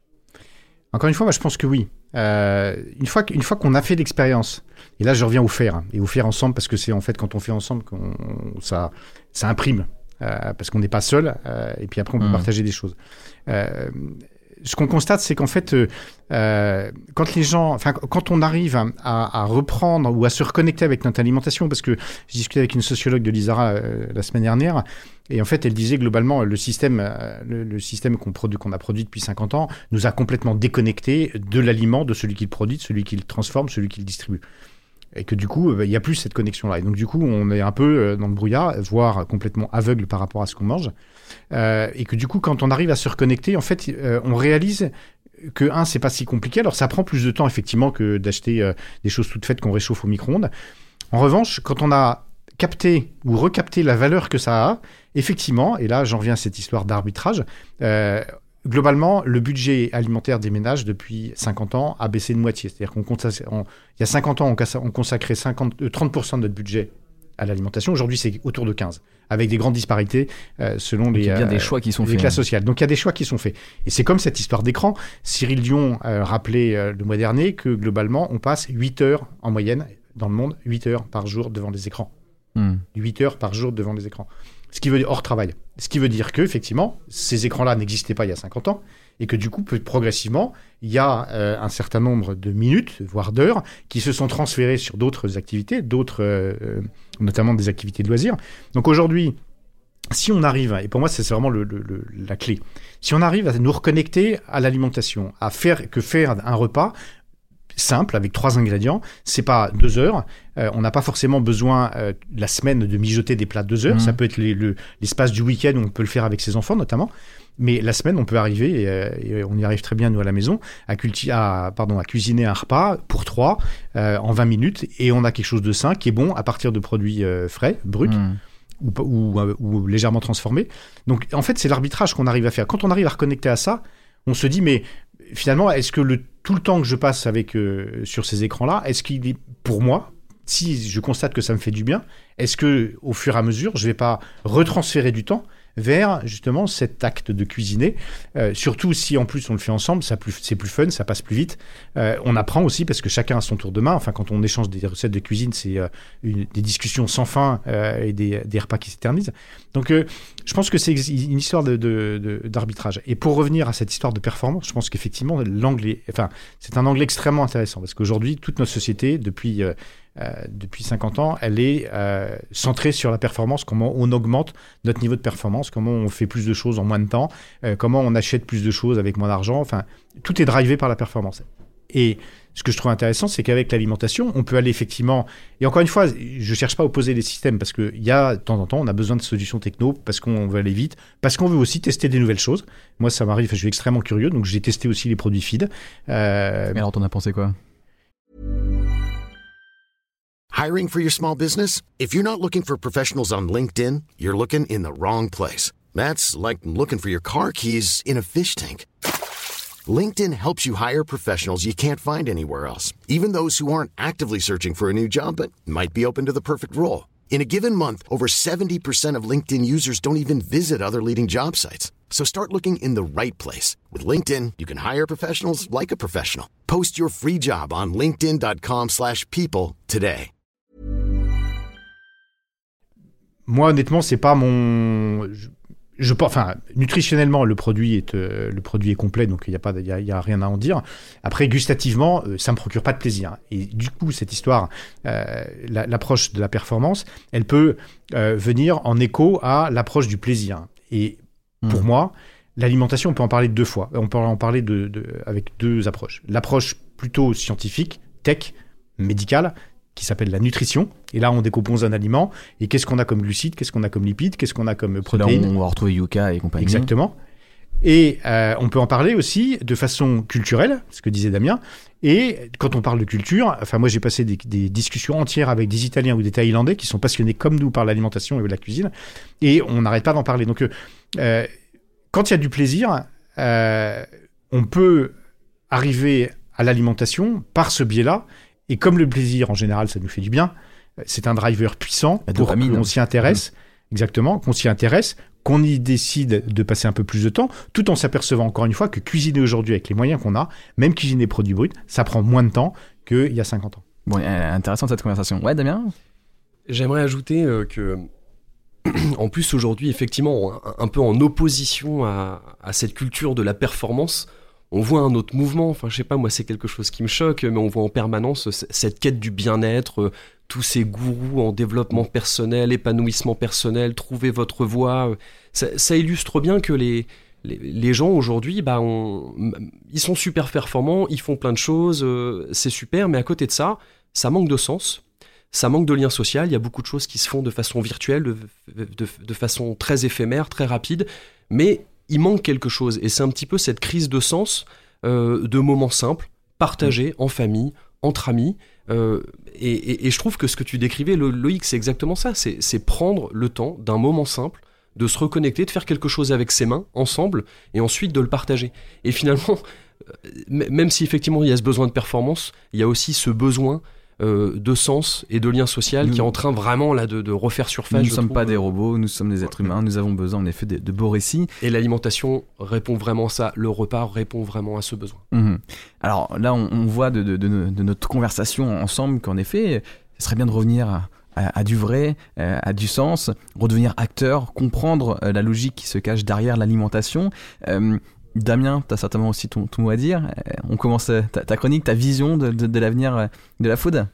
Encore une fois, moi, je pense que oui. Euh, une fois, une fois qu'on a fait l'expérience, et là je reviens au faire, et au faire ensemble, parce que c'est en fait quand on fait ensemble qu'on ça, ça imprime. Euh, parce qu'on n'est pas seul, euh, et puis après on peut mmh. partager des choses. Euh, ce qu'on constate, c'est qu'en fait, euh, quand les gens, enfin, quand on arrive à, à, à reprendre ou à se reconnecter avec notre alimentation, parce que j'ai discuté avec une sociologue de l'ISARA euh, la semaine dernière, et en fait, elle disait globalement, le système, euh, le, le système qu'on produit, qu'on a produit depuis cinquante ans, nous a complètement déconnectés de l'aliment, de celui qui le produit, de celui qui le transforme, celui qui le distribue. Et que du coup, il bah, n'y a plus cette connexion-là. Et donc du coup, on est un peu dans le brouillard, voire complètement aveugle par rapport à ce qu'on mange. Euh, et que du coup, quand on arrive à se reconnecter, en fait, euh, on réalise que, un, c'est pas si compliqué. Alors ça prend plus de temps, effectivement, que d'acheter euh, des choses toutes faites qu'on réchauffe au micro-ondes. En revanche, quand on a capté ou recapté la valeur que ça a, effectivement, et là, j'en reviens à cette histoire d'arbitrage, euh, globalement, le budget alimentaire des ménages depuis cinquante ans a baissé de moitié. C'est-à-dire qu'on consacre, on, il y a cinquante ans, on consacrait cinquante, trente pour cent de notre budget à l'alimentation. Aujourd'hui, c'est autour de quinze, avec des grandes disparités euh, selon les, il y a bien euh, des choix qui sont les faits, classes sociales. Donc, il y a des choix qui sont faits. Et c'est comme cette histoire d'écran. Cyril Dion euh, rappelait euh, le mois dernier que globalement, on passe huit heures en moyenne dans le monde, huit heures par jour devant les écrans. Mmh. huit heures par jour devant les écrans. Ce qui veut dire hors travail. Ce qui veut dire que, effectivement, ces écrans-là n'existaient pas il y a cinquante ans, et que du coup, progressivement, il y a euh, un certain nombre de minutes, voire d'heures, qui se sont transférées sur d'autres activités, d'autres, euh, notamment des activités de loisirs. Donc aujourd'hui, si on arrive, et pour moi c'est vraiment le, le, le, la clé, si on arrive à nous reconnecter à l'alimentation, à faire que faire un repas simple, avec trois ingrédients, c'est pas deux heures, euh, on n'a pas forcément besoin euh, la semaine de mijoter des plats de deux heures, mmh. ça peut être les, le, l'espace du week-end où on peut le faire avec ses enfants notamment, mais la semaine on peut arriver, et, euh, et on y arrive très bien nous à la maison, à, culti- à, pardon, à cuisiner un repas pour trois euh, en vingt minutes, et on a quelque chose de sain qui est bon à partir de produits euh, frais, bruts, mmh. ou, ou, ou, ou légèrement transformés. Donc en fait c'est l'arbitrage qu'on arrive à faire. Quand on arrive à reconnecter à ça, on se dit mais finalement, est-ce que le, tout le temps que je passe avec, euh, sur ces écrans-là, est-ce qu'il est, pour moi, si je constate que ça me fait du bien, est-ce que au fur et à mesure, je ne vais pas retransférer du temps vers justement cet acte de cuisiner, euh, surtout si en plus on le fait ensemble, ça plus, c'est plus fun, ça passe plus vite. Euh, on apprend aussi parce que chacun a son tour de main. Enfin, quand on échange des recettes de cuisine, c'est euh, une, des discussions sans fin euh, et des, des repas qui s'éternisent. Donc, euh, je pense que c'est une histoire de, de, de, d'arbitrage. Et pour revenir à cette histoire de performance, je pense qu'effectivement, l'angle est, enfin, c'est un angle extrêmement intéressant parce qu'aujourd'hui, toute notre société, depuis euh, Euh, depuis cinquante ans, elle est euh, centrée sur la performance, comment on augmente notre niveau de performance, comment on fait plus de choses en moins de temps, euh, comment on achète plus de choses avec moins d'argent, enfin, tout est drivé par la performance. Et ce que je trouve intéressant, c'est qu'avec l'alimentation, on peut aller effectivement, et encore une fois, je ne cherche pas à opposer les systèmes, parce qu'il y a, de temps en temps, on a besoin de solutions techno, parce qu'on veut aller vite, parce qu'on veut aussi tester des nouvelles choses. Moi, ça m'arrive, je suis extrêmement curieux, donc j'ai testé aussi les produits feed. Euh... Mais alors, t'en as pensé quoi ? Hiring for your small business? If you're not looking for professionals on LinkedIn, you're looking in the wrong place. That's like looking for your car keys in a fish tank. LinkedIn helps you hire professionals you can't find anywhere else, even those who aren't actively searching for a new job but might be open to the perfect role. In a given month, over seventy percent of LinkedIn users don't even visit other leading job sites. So start looking in the right place. With LinkedIn, you can hire professionals like a professional. Post your free job on linkedin dot com slash people today. Moi, honnêtement, c'est pas mon... Je, je, enfin, nutritionnellement, le produit est, euh, le produit est complet, donc il n'y a, pas, y a, y a rien à en dire. Après, gustativement, euh, ça me procure pas de plaisir. Et du coup, cette histoire, euh, la, l'approche de la performance, elle peut euh, venir en écho à l'approche du plaisir. Et pour mmh. moi, l'alimentation, on peut en parler de deux fois. On peut en parler de, de, avec deux approches. L'approche plutôt scientifique, tech, médicale, qui s'appelle la nutrition. Et là, on décompose un aliment. Et qu'est-ce qu'on a comme glucides, qu'est-ce qu'on a comme lipides, qu'est-ce qu'on a comme protéines. Là, on va retrouver Yucca et compagnie. Exactement. Et euh, on peut en parler aussi de façon culturelle, ce que disait Damien. Et quand on parle de culture, enfin moi j'ai passé des, des discussions entières avec des Italiens ou des Thaïlandais qui sont passionnés comme nous par l'alimentation et la cuisine. Et on n'arrête pas d'en parler. Donc euh, quand il y a du plaisir, euh, on peut arriver à l'alimentation par ce biais-là. Et comme le plaisir, en général, ça nous fait du bien, c'est un driver puissant la pour dopamine. qu'on s'y intéresse, mmh. exactement, qu'on s'y intéresse, qu'on y décide de passer un peu plus de temps, tout en s'apercevant encore une fois que cuisiner aujourd'hui avec les moyens qu'on a, même cuisiner des produits bruts, ça prend moins de temps qu'il y a cinquante ans. Bon, euh, intéressant cette conversation. Ouais, Damien ? J'aimerais ajouter euh, que, en plus aujourd'hui, effectivement, un, un peu en opposition à, à cette culture de la performance, on voit un autre mouvement, enfin je sais pas, moi c'est quelque chose qui me choque, mais on voit en permanence cette quête du bien-être, tous ces gourous en développement personnel, épanouissement personnel, trouver votre voie. Ça, ça illustre bien que les, les, les gens aujourd'hui, bah on, ils sont super performants, ils font plein de choses, euh, c'est super, mais à côté de ça, ça manque de sens, ça manque de lien social, il y a beaucoup de choses qui se font de façon virtuelle, de, de, de façon très éphémère, très rapide, mais il manque quelque chose, et c'est un petit peu cette crise de sens, euh, de moments simples, partagés en famille, entre amis, euh, et, et, et je trouve que ce que tu décrivais, Loïc, c'est exactement ça, c'est, c'est prendre le temps d'un moment simple, de se reconnecter, de faire quelque chose avec ses mains, ensemble, et ensuite de le partager. Et finalement, euh, même si effectivement il y a ce besoin de performance, il y a aussi ce besoin Euh, de sens et de lien social nous, qui est en train vraiment là de, de refaire surface. Nous ne sommes trouve. pas des robots, nous sommes des êtres humains, nous avons besoin en effet de, de beaux récits. Et l'alimentation répond vraiment à ça, le repas répond vraiment à ce besoin. Mmh. Alors là, on, on voit de, de, de, de notre conversation ensemble qu'en effet, ce serait bien de revenir à, à, à du vrai, à du sens, redevenir acteur, comprendre la logique qui se cache derrière l'alimentation. Euh, Damien, tu as certainement aussi ton, ton mot à dire. On commence ta, ta chronique, ta vision de, de, de l'avenir de la food.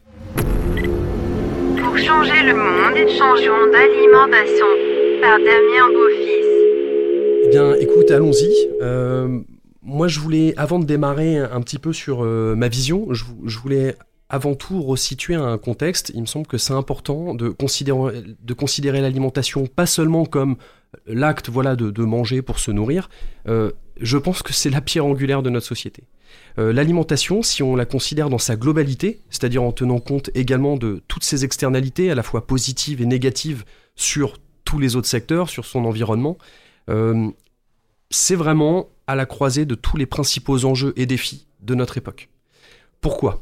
Pour changer le monde, changeons d'alimentation par Damien Beaufils. Eh bien, écoute, allons-y. Euh, moi, je voulais, avant de démarrer un petit peu sur euh, ma vision, je, je voulais avant tout resituer un contexte. Il me semble que c'est important de considérer, de considérer l'alimentation pas seulement comme l'acte voilà, de, de manger pour se nourrir. Euh, je pense que c'est la pierre angulaire de notre société. Euh, l'alimentation, si on la considère dans sa globalité, c'est-à-dire en tenant compte également de toutes ses externalités, à la fois positives et négatives, sur tous les autres secteurs, sur son environnement, euh, c'est vraiment à la croisée de tous les principaux enjeux et défis de notre époque. Pourquoi ?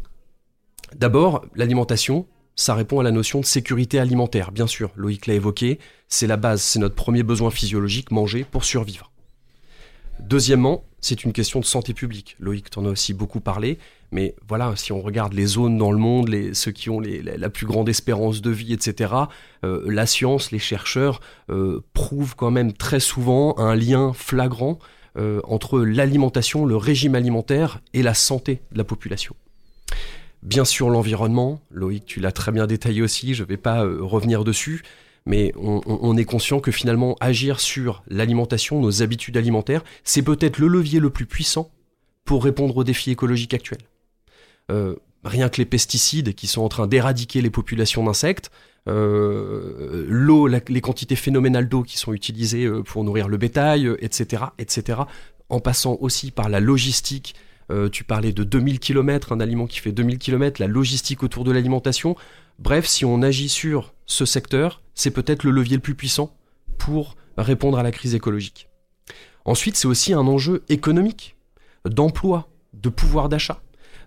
D'abord, l'alimentation, ça répond à la notion de sécurité alimentaire, bien sûr, Loïc l'a évoqué, c'est la base, c'est notre premier besoin physiologique, manger pour survivre. Deuxièmement, c'est une question de santé publique. Loïc t'en a aussi beaucoup parlé, mais voilà, si on regarde les zones dans le monde, les, ceux qui ont les, la, la plus grande espérance de vie, et cetera, euh, la science, les chercheurs euh, prouvent quand même très souvent un lien flagrant euh, entre l'alimentation, le régime alimentaire et la santé de la population. Bien sûr, l'environnement, Loïc, tu l'as très bien détaillé aussi, je ne vais pas euh, revenir dessus, mais on, on, on est conscient que finalement, agir sur l'alimentation, nos habitudes alimentaires, c'est peut-être le levier le plus puissant pour répondre aux défis écologiques actuels. Euh, rien que les pesticides qui sont en train d'éradiquer les populations d'insectes, euh, l'eau, la, les quantités phénoménales d'eau qui sont utilisées pour nourrir le bétail, et cetera, et cetera, en passant aussi par la logistique. Euh, tu parlais de deux mille kilomètres, un aliment qui fait deux mille kilomètres, la logistique autour de l'alimentation. Bref, si on agit sur ce secteur, c'est peut-être le levier le plus puissant pour répondre à la crise écologique. Ensuite, c'est aussi un enjeu économique, d'emploi, de pouvoir d'achat.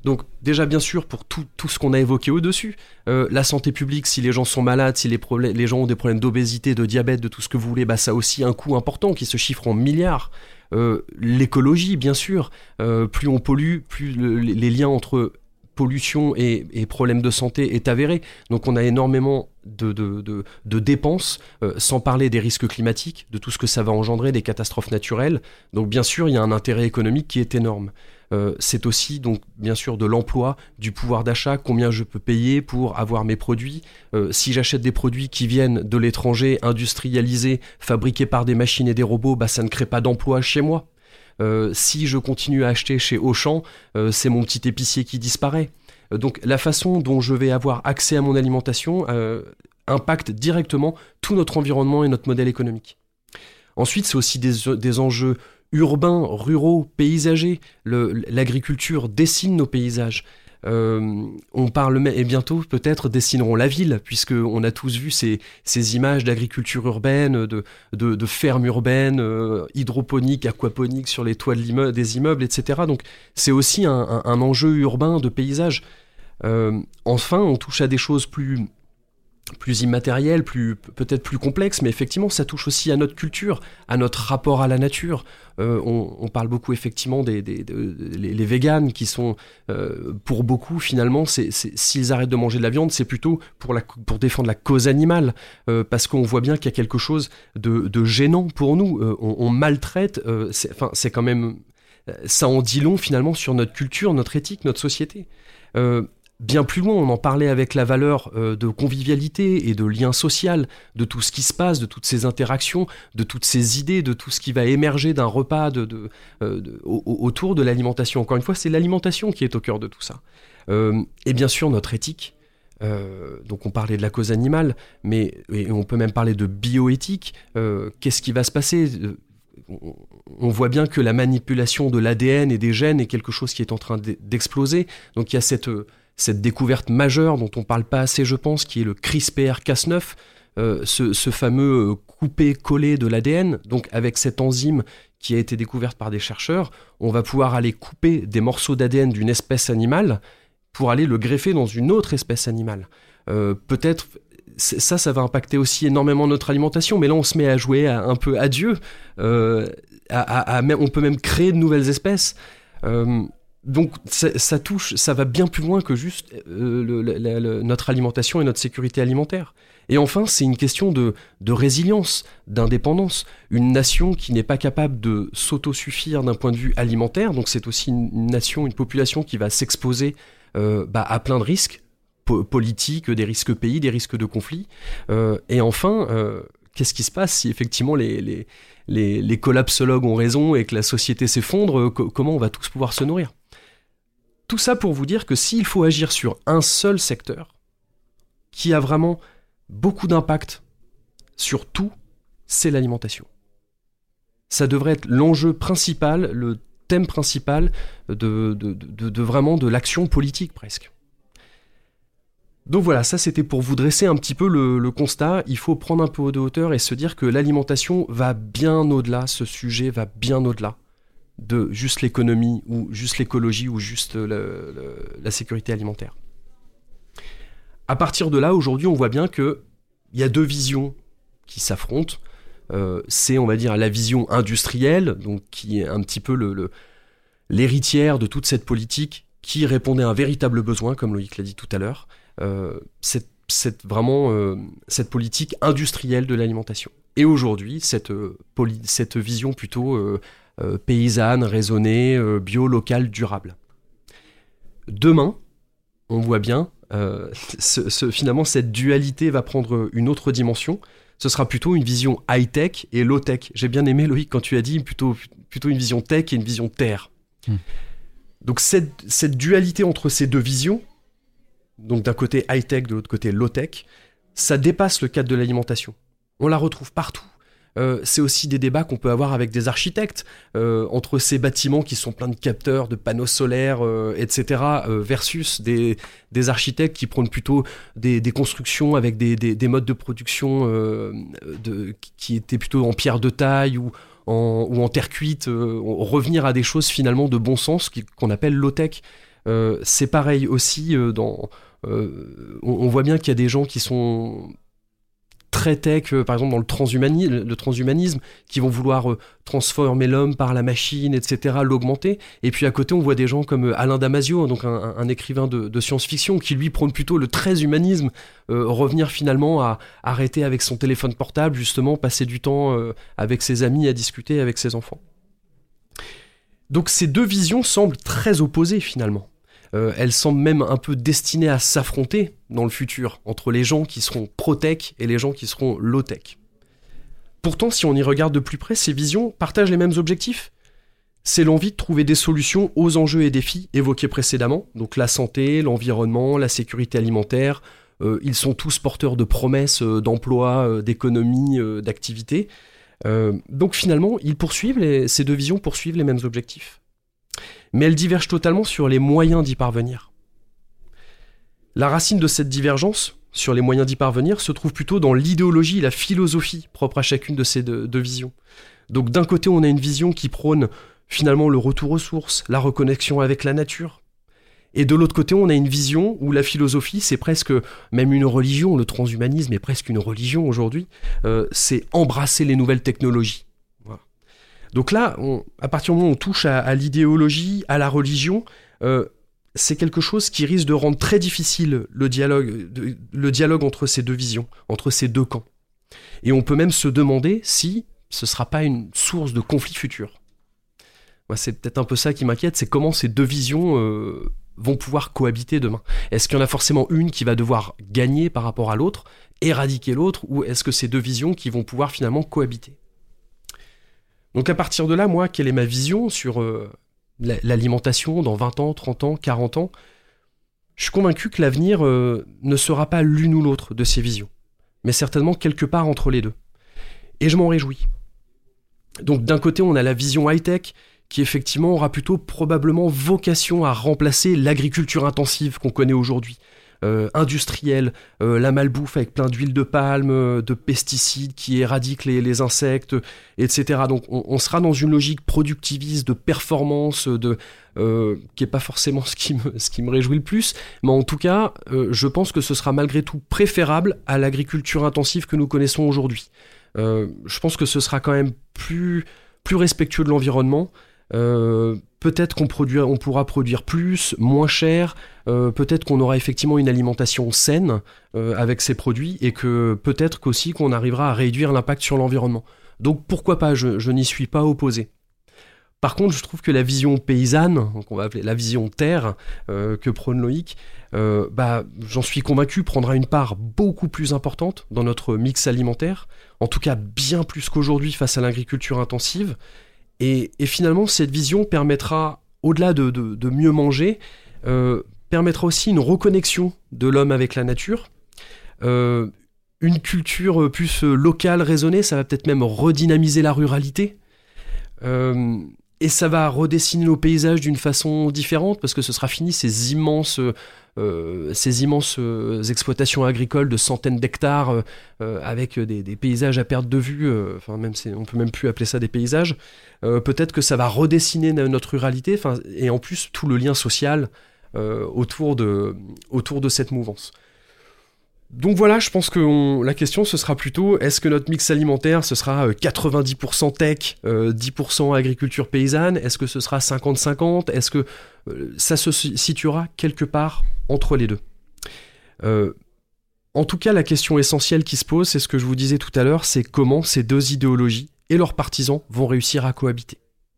Donc déjà bien sûr pour tout, tout ce qu'on a évoqué au-dessus, euh, la santé publique, si les gens sont malades, si les, problèmes, les gens ont des problèmes d'obésité, de diabète, de tout ce que vous voulez, bah, ça a aussi un coût important qui se chiffre en milliards. Euh, l'écologie bien sûr, euh, plus on pollue, plus le, les liens entre pollution et, et problèmes de santé est avéré. Donc on a énormément de, de, de, de dépenses, euh, sans parler des risques climatiques, de tout ce que ça va engendrer, des catastrophes naturelles. Donc bien sûr, il y a un intérêt économique qui est énorme. Euh, c'est aussi donc bien sûr de l'emploi, du pouvoir d'achat, combien je peux payer pour avoir mes produits. Euh, si j'achète des produits qui viennent de l'étranger, industrialisés, fabriqués par des machines et des robots, bah, ça ne crée pas d'emploi chez moi. Euh, si je continue à acheter chez Auchan, euh, c'est mon petit épicier qui disparaît. Euh, donc la façon dont je vais avoir accès à mon alimentation euh, impacte directement tout notre environnement et notre modèle économique. Ensuite, c'est aussi des, des enjeux urbains, ruraux, paysagers. Le, l'agriculture dessine nos paysages. Euh, on parle, et bientôt peut-être dessineront la ville, puisqu'on a tous vu ces, ces images d'agriculture urbaine, de, de, de fermes urbaines, euh, hydroponiques, aquaponiques sur les toits de l'immeuble, des immeubles, et cetera. Donc c'est aussi un, un, un enjeu urbain de paysage. Euh, enfin, on touche à des choses plus... plus immatériel, plus, peut-être plus complexe, mais effectivement, ça touche aussi à notre culture, à notre rapport à la nature. Euh, on, on parle beaucoup, effectivement, des, des, des les, les véganes qui sont, euh, pour beaucoup, finalement, c'est, c'est, s'ils arrêtent de manger de la viande, c'est plutôt pour, la, pour défendre la cause animale, euh, parce qu'on voit bien qu'il y a quelque chose de, de gênant pour nous. Euh, on, on maltraite, euh, c'est, enfin, c'est quand même... Ça en dit long, finalement, sur notre culture, notre éthique, notre société. Euh, Bien plus loin, on en parlait avec la valeur euh, de convivialité et de lien social, de tout ce qui se passe, de toutes ces interactions, de toutes ces idées, de tout ce qui va émerger d'un repas de, de, euh, de, au, autour de l'alimentation. Encore une fois, c'est l'alimentation qui est au cœur de tout ça. Euh, et bien sûr, notre éthique. Euh, donc on parlait de la cause animale, mais et on peut même parler de bioéthique. Euh, qu'est-ce qui va se passer ? On voit bien que la manipulation de l'A D N et des gènes est quelque chose qui est en train d'exploser. Donc il y a cette... cette découverte majeure dont on ne parle pas assez, je pense, qui est le CRISPR Cas neuf, euh, ce, ce fameux coupé-collé de l'A D N. Donc avec cette enzyme qui a été découverte par des chercheurs, on va pouvoir aller couper des morceaux d'A D N d'une espèce animale pour aller le greffer dans une autre espèce animale. Euh, peut-être, ça, ça va impacter aussi énormément notre alimentation, mais là on se met à jouer à, un peu à Dieu. Euh, à, à, à, on peut même créer de nouvelles espèces. Euh, Donc ça, ça touche, ça va bien plus loin que juste euh, le, le, le, notre alimentation et notre sécurité alimentaire. Et enfin, c'est une question de, de résilience, d'indépendance. Une nation qui n'est pas capable de s'autosuffire d'un point de vue alimentaire, donc c'est aussi une, une nation, une population qui va s'exposer euh, bah, à plein de risques po- politiques, des risques pays, des risques de conflits. Euh, et enfin, euh, qu'est-ce qui se passe si effectivement les, les, les, les collapsologues ont raison et que la société s'effondre, co- comment on va tous pouvoir se nourrir ? Tout ça pour vous dire que s'il faut agir sur un seul secteur qui a vraiment beaucoup d'impact sur tout, c'est l'alimentation. Ça devrait être l'enjeu principal, le thème principal de, de, de, de vraiment de l'action politique presque. Donc voilà, ça c'était pour vous dresser un petit peu le, le constat. Il faut prendre un peu de hauteur et se dire que l'alimentation va bien au-delà, ce sujet va bien au-delà de juste l'économie ou juste l'écologie ou juste le, le, la sécurité alimentaire. À partir de là, aujourd'hui, on voit bien qu'il y a deux visions qui s'affrontent. Euh, c'est, on va dire, la vision industrielle, donc qui est un petit peu le, le, l'héritière de toute cette politique qui répondait à un véritable besoin, comme Loïc l'a dit tout à l'heure. Euh, c'est, c'est vraiment euh, cette politique industrielle de l'alimentation. Et aujourd'hui, cette, euh, poli- cette vision plutôt euh, euh, paysanne, raisonnée, euh, bio, locale, durable. Demain, on voit bien, euh, ce, ce, finalement, cette dualité va prendre une autre dimension. Ce sera plutôt une vision high-tech et low-tech. J'ai bien aimé, Loïc, quand tu as dit plutôt, plutôt une vision tech et une vision terre. Mmh. Donc cette, cette dualité entre ces deux visions, donc d'un côté high-tech, de l'autre côté low-tech, ça dépasse le cadre de l'alimentation. On la retrouve partout. Euh, c'est aussi des débats qu'on peut avoir avec des architectes, euh, entre ces bâtiments qui sont pleins de capteurs, de panneaux solaires, euh, et cetera, euh, versus des, des architectes qui prônent plutôt des, des constructions avec des, des, des modes de production euh, de, qui étaient plutôt en pierre de taille ou en, ou en terre cuite, euh, revenir à des choses finalement de bon sens qu'on appelle low-tech. Euh, c'est pareil aussi, euh, dans, euh, on, on voit bien qu'il y a des gens qui sont très tech, euh, par exemple dans le transhumanisme, le transhumanisme, qui vont vouloir euh, transformer l'homme par la machine, et cetera, l'augmenter. Et puis à côté, on voit des gens comme Alain Damasio, donc un, un écrivain de, de science-fiction, qui lui prône plutôt le transhumanisme, euh, revenir finalement à arrêter avec son téléphone portable, justement, passer du temps euh, avec ses amis, à discuter avec ses enfants. Donc ces deux visions semblent très opposées finalement. Euh, elles semblent même un peu destinées à s'affronter dans le futur, entre les gens qui seront pro-tech et les gens qui seront low-tech. Pourtant, si on y regarde de plus près, ces visions partagent les mêmes objectifs. C'est l'envie de trouver des solutions aux enjeux et défis évoqués précédemment, donc la santé, l'environnement, la sécurité alimentaire. Euh, ils sont tous porteurs de promesses, euh, d'emplois, euh, d'économies, euh, d'activités. Euh, donc finalement, ils poursuivent les, ces deux visions poursuivent les mêmes objectifs. Mais elles divergent totalement sur les moyens d'y parvenir. La racine de cette divergence sur les moyens d'y parvenir se trouve plutôt dans l'idéologie et la philosophie propre à chacune de ces deux, deux visions. Donc d'un côté, on a une vision qui prône finalement le retour aux sources, la reconnexion avec la nature. Et de l'autre côté, on a une vision où la philosophie, c'est presque même une religion, le transhumanisme est presque une religion aujourd'hui, euh, c'est embrasser les nouvelles technologies. Voilà. Donc là, on, à partir du moment où on touche à, à l'idéologie, à la religion, euh, c'est quelque chose qui risque de rendre très difficile le dialogue, de, le dialogue entre ces deux visions, entre ces deux camps. Et on peut même se demander si ce ne sera pas une source de conflit futur. Moi, c'est peut-être un peu ça qui m'inquiète, c'est comment ces deux visions euh, vont pouvoir cohabiter demain. Est-ce qu'il y en a forcément une qui va devoir gagner par rapport à l'autre, éradiquer l'autre, ou est-ce que c'est deux visions qui vont pouvoir finalement cohabiter ? Donc à partir de là, moi, quelle est ma vision sur euh, l'alimentation dans vingt ans, trente ans, quarante ans ? Je suis convaincu que l'avenir euh, ne sera pas l'une ou l'autre de ces visions, mais certainement quelque part entre les deux. Et je m'en réjouis. Donc d'un côté, on a la vision high-tech, qui effectivement aura plutôt probablement vocation à remplacer l'agriculture intensive qu'on connaît aujourd'hui. Euh, industrielle, euh, la malbouffe avec plein d'huile de palme, euh, de pesticides qui éradiquent les, les insectes, et cetera. Donc on, on sera dans une logique productiviste, de performance, de, euh, qui n'est pas forcément ce qui, me, ce qui me réjouit le plus, mais en tout cas, euh, je pense que ce sera malgré tout préférable à l'agriculture intensive que nous connaissons aujourd'hui. Euh, je pense que ce sera quand même plus, plus respectueux de l'environnement. Euh, peut-être qu'on produira, on pourra produire plus, moins cher, euh, peut-être qu'on aura effectivement une alimentation saine euh, avec ces produits et que peut-être qu'aussi qu'on arrivera à réduire l'impact sur l'environnement. Donc pourquoi pas, je, je n'y suis pas opposé. Par contre, je trouve que la vision paysanne, qu'on va appeler la vision terre, euh, que prône Loïc, euh, bah, j'en suis convaincu, prendra une part beaucoup plus importante dans notre mix alimentaire, en tout cas bien plus qu'aujourd'hui face à l'agriculture intensive. Et, et finalement, cette vision permettra, au-delà de, de, de mieux manger, euh, permettra aussi une reconnexion de l'homme avec la nature, euh, une culture plus locale, raisonnée, ça va peut-être même redynamiser la ruralité, euh, et ça va redessiner nos paysages d'une façon différente, parce que ce sera fini ces immenses... Euh, ces immenses euh, exploitations agricoles de centaines d'hectares euh, avec des, des paysages à perte de vue, euh, enfin même c'est, on peut même plus appeler ça des paysages. Euh, peut-être que ça va redessiner notre ruralité, et en plus tout le lien social euh, autour de autour de cette mouvance. Donc voilà, je pense que on, la question ce sera plutôt, est-ce que notre mix alimentaire ce sera quatre-vingt-dix pour cent tech, euh, dix pour cent agriculture paysanne, est-ce que ce sera cinquante cinquante, est-ce que euh, ça se situera quelque part entre les deux. Euh, en tout cas, la question essentielle qui se pose, c'est ce que je vous disais tout à l'heure, c'est comment ces deux idéologies et leurs partisans vont réussir à cohabiter.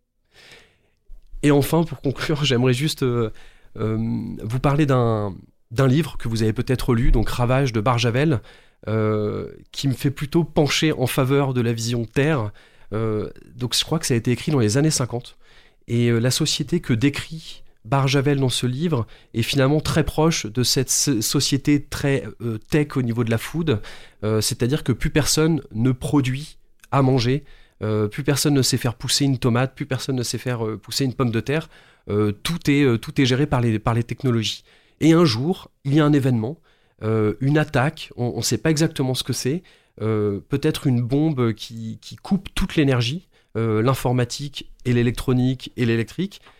Et enfin, pour conclure, j'aimerais juste euh, euh, vous parler d'un... d'un livre que vous avez peut-être lu, donc Ravage de Barjavel, euh, qui me fait plutôt pencher en faveur de la vision Terre. Euh, donc je crois que ça a été écrit dans les années cinquante. Et euh, la société que décrit Barjavel dans ce livre est finalement très proche de cette société très euh, tech au niveau de la food. Euh, c'est-à-dire que plus personne ne produit à manger, euh, plus personne ne sait faire pousser une tomate, plus personne ne sait faire euh, pousser une pomme de terre. Euh, tout est, euh, tout est géré par les, par les technologies. Et un jour, il y a un événement, euh, une attaque, on ne sait pas exactement ce que c'est, euh, peut-être une bombe qui, qui coupe toute l'énergie, euh, l'informatique et l'électronique et l'électrique,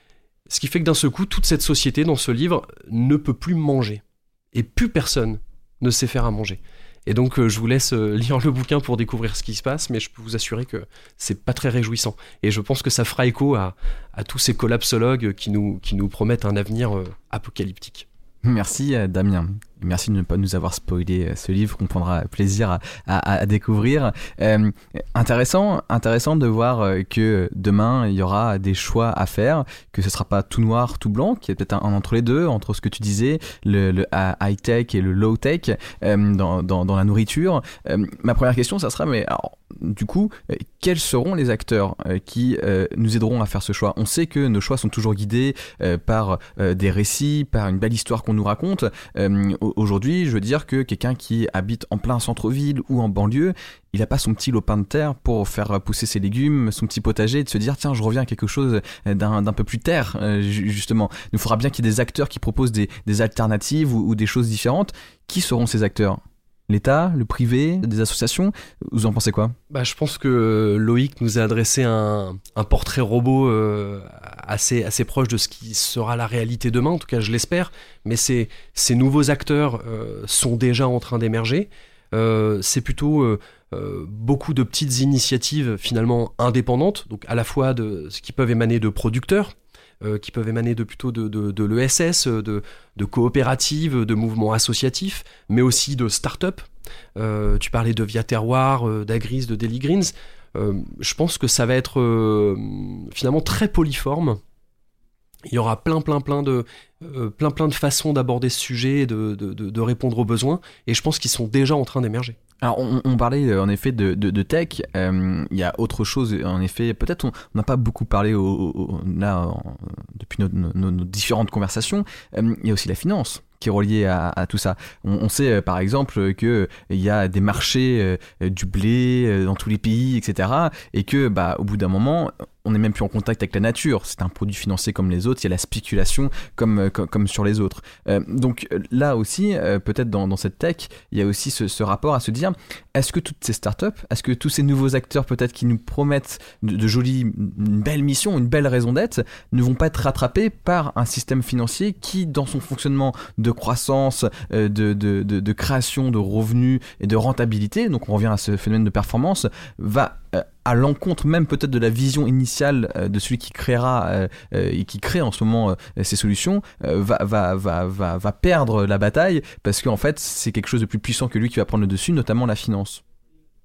Ce qui fait que d'un seul coup, toute cette société dans ce livre ne peut plus manger. Et plus personne ne sait faire à manger. Et donc euh, je vous laisse euh, lire le bouquin pour découvrir ce qui se passe, mais je peux vous assurer que c'est pas très réjouissant. Et je pense que ça fera écho à, à tous ces collapsologues qui nous, qui nous promettent un avenir euh, apocalyptique. Merci Damien. Merci de ne pas nous avoir spoilé ce livre qu'on prendra plaisir à, à, à découvrir. Euh, intéressant, intéressant de voir que demain il y aura des choix à faire, que ce sera pas tout noir, tout blanc, qu'il y a peut-être un, un entre les deux, entre ce que tu disais, le, le high tech et le low tech euh, dans, dans, dans la nourriture. Euh, ma première question, ça sera, mais alors, du coup, euh, quels seront les acteurs euh, qui euh, nous aideront à faire ce choix ? On sait que nos choix sont toujours guidés euh, par euh, des récits, par une belle histoire qu'on nous raconte. Euh, Aujourd'hui, je veux dire que quelqu'un qui habite en plein centre-ville ou en banlieue, il n'a pas son petit lopin de terre pour faire pousser ses légumes, son petit potager, et de se dire tiens, je reviens à quelque chose d'un, d'un peu plus terre, euh, justement. Il faudra bien qu'il y ait des acteurs qui proposent des, des alternatives ou, ou des choses différentes. Qui seront ces acteurs ? L'État, le privé, des associations ? Vous en pensez quoi ? Bah, je pense que Loïc nous a adressé un, un portrait robot euh, assez, assez proche de ce qui sera la réalité demain, en tout cas je l'espère, mais ces, ces nouveaux acteurs euh, sont déjà en train d'émerger. Euh, c'est plutôt euh, euh, beaucoup de petites initiatives finalement indépendantes, donc à la fois de ce qui peuvent émaner de producteurs, Euh, qui peuvent émaner de plutôt de, de, de l'E S S, de, de coopératives, de mouvements associatifs, mais aussi de start-up. Euh, tu parlais de Via Terroir, euh, d'Agris, de Daily Greens. Euh, je pense que ça va être euh, finalement très polyforme. Il y aura plein, plein, plein de, euh, plein, plein de façons d'aborder ce sujet, de, de, de, de répondre aux besoins, et je pense qu'ils sont déjà en train d'émerger. Alors on, on parlait en effet de, de, de tech, euh, il y a autre chose en effet, peut-être on n'a pas beaucoup parlé au, au, là en, depuis nos, nos, nos différentes conversations, euh, il y a aussi la finance qui est reliée à, à tout ça. On, on sait euh, par exemple qu'il y a des marchés euh, du blé euh, dans tous les pays, et cetera. Et que bah, au bout d'un moment, on n'est même plus en contact avec la nature. C'est un produit financier comme les autres, il y a la spéculation comme, comme, comme sur les autres. Euh, donc là aussi, euh, peut-être dans, dans cette tech, il y a aussi ce, ce rapport à se dire, est-ce que toutes ces startups, est-ce que tous ces nouveaux acteurs peut-être qui nous promettent de, de jolies, une belle mission, une belle raison d'être, ne vont pas être rattrapés par un système financier qui, dans son fonctionnement de croissance, euh, de, de, de, de création de revenus et de rentabilité, donc on revient à ce phénomène de performance, va euh, à l'encontre même peut-être de la vision initiale euh, de celui qui créera euh, euh, et qui crée en ce moment euh, ces solutions, euh, va, va, va, va, va perdre la bataille parce qu'en fait c'est quelque chose de plus puissant que lui qui va prendre le dessus, notamment la finance. Loïc ?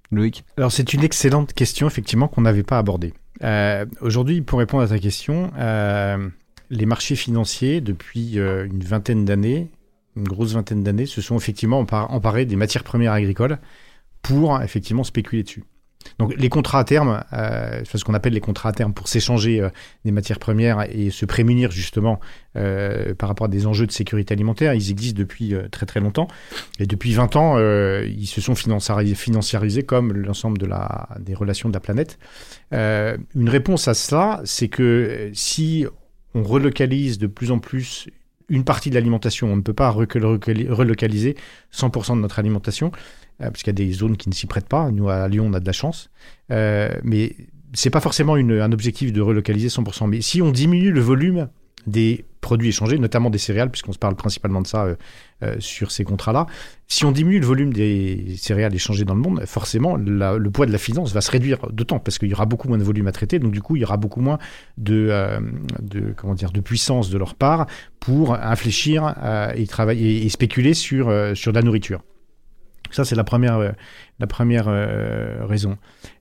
Alors c'est une excellente question effectivement qu'on n'avait pas abordée. Euh, aujourd'hui, pour répondre à ta question, euh, les marchés financiers depuis euh, une vingtaine d'années, une grosse vingtaine d'années, se sont effectivement emparés des matières premières agricoles pour effectivement spéculer dessus. Donc les contrats à terme, euh, ce qu'on appelle les contrats à terme pour s'échanger euh, des matières premières et se prémunir justement euh, par rapport à des enjeux de sécurité alimentaire, ils existent depuis euh, très très longtemps. Et depuis vingt ans, euh, ils se sont financiarisés, financiarisés comme l'ensemble de la, des relations de la planète. Euh, une réponse à cela, c'est que si on relocalise de plus en plus une partie de l'alimentation, on ne peut pas relocaliser cent pour cent de notre alimentation, euh, parce qu'il y a des zones qui ne s'y prêtent pas. Nous, à Lyon, on a de la chance. Euh, mais ce n'est pas forcément une, un objectif de relocaliser cent pour cent. Mais si on diminue le volume des produits échangés, notamment des céréales, puisqu'on se parle principalement de ça euh, euh, sur ces contrats-là, si on diminue le volume des céréales échangées dans le monde, forcément, la, le poids de la finance va se réduire d'autant, parce qu'il y aura beaucoup moins de volume à traiter, donc du coup, il y aura beaucoup moins de, euh, de, comment dire, de puissance de leur part pour infléchir euh, et, travailler, et spéculer sur, euh, sur de la nourriture. Ça, c'est la première, euh, la première euh, raison.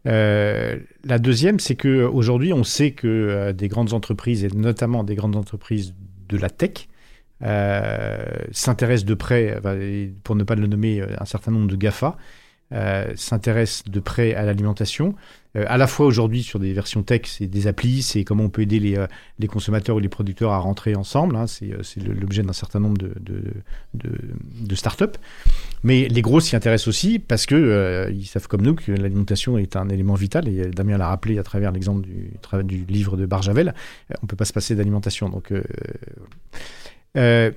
Euh, la deuxième, c'est qu'aujourd'hui, on sait que euh, des grandes entreprises, et notamment des grandes entreprises de la tech, euh, s'intéressent de près, pour ne pas le nommer, un certain nombre de GAFA, euh, s'intéressent de près à l'alimentation. Euh, à la fois aujourd'hui sur des versions tech, c'est des applis, c'est comment on peut aider les, euh, les consommateurs ou les producteurs à rentrer ensemble. Hein, c'est, c'est l'objet d'un certain nombre de, de, de, de startups. Mais les gros s'y intéressent aussi parce que euh, ils savent comme nous que l'alimentation est un élément vital. Et Damien l'a rappelé à travers l'exemple du, du livre de Barjavel. On ne peut pas se passer d'alimentation. Donc, euh, euh,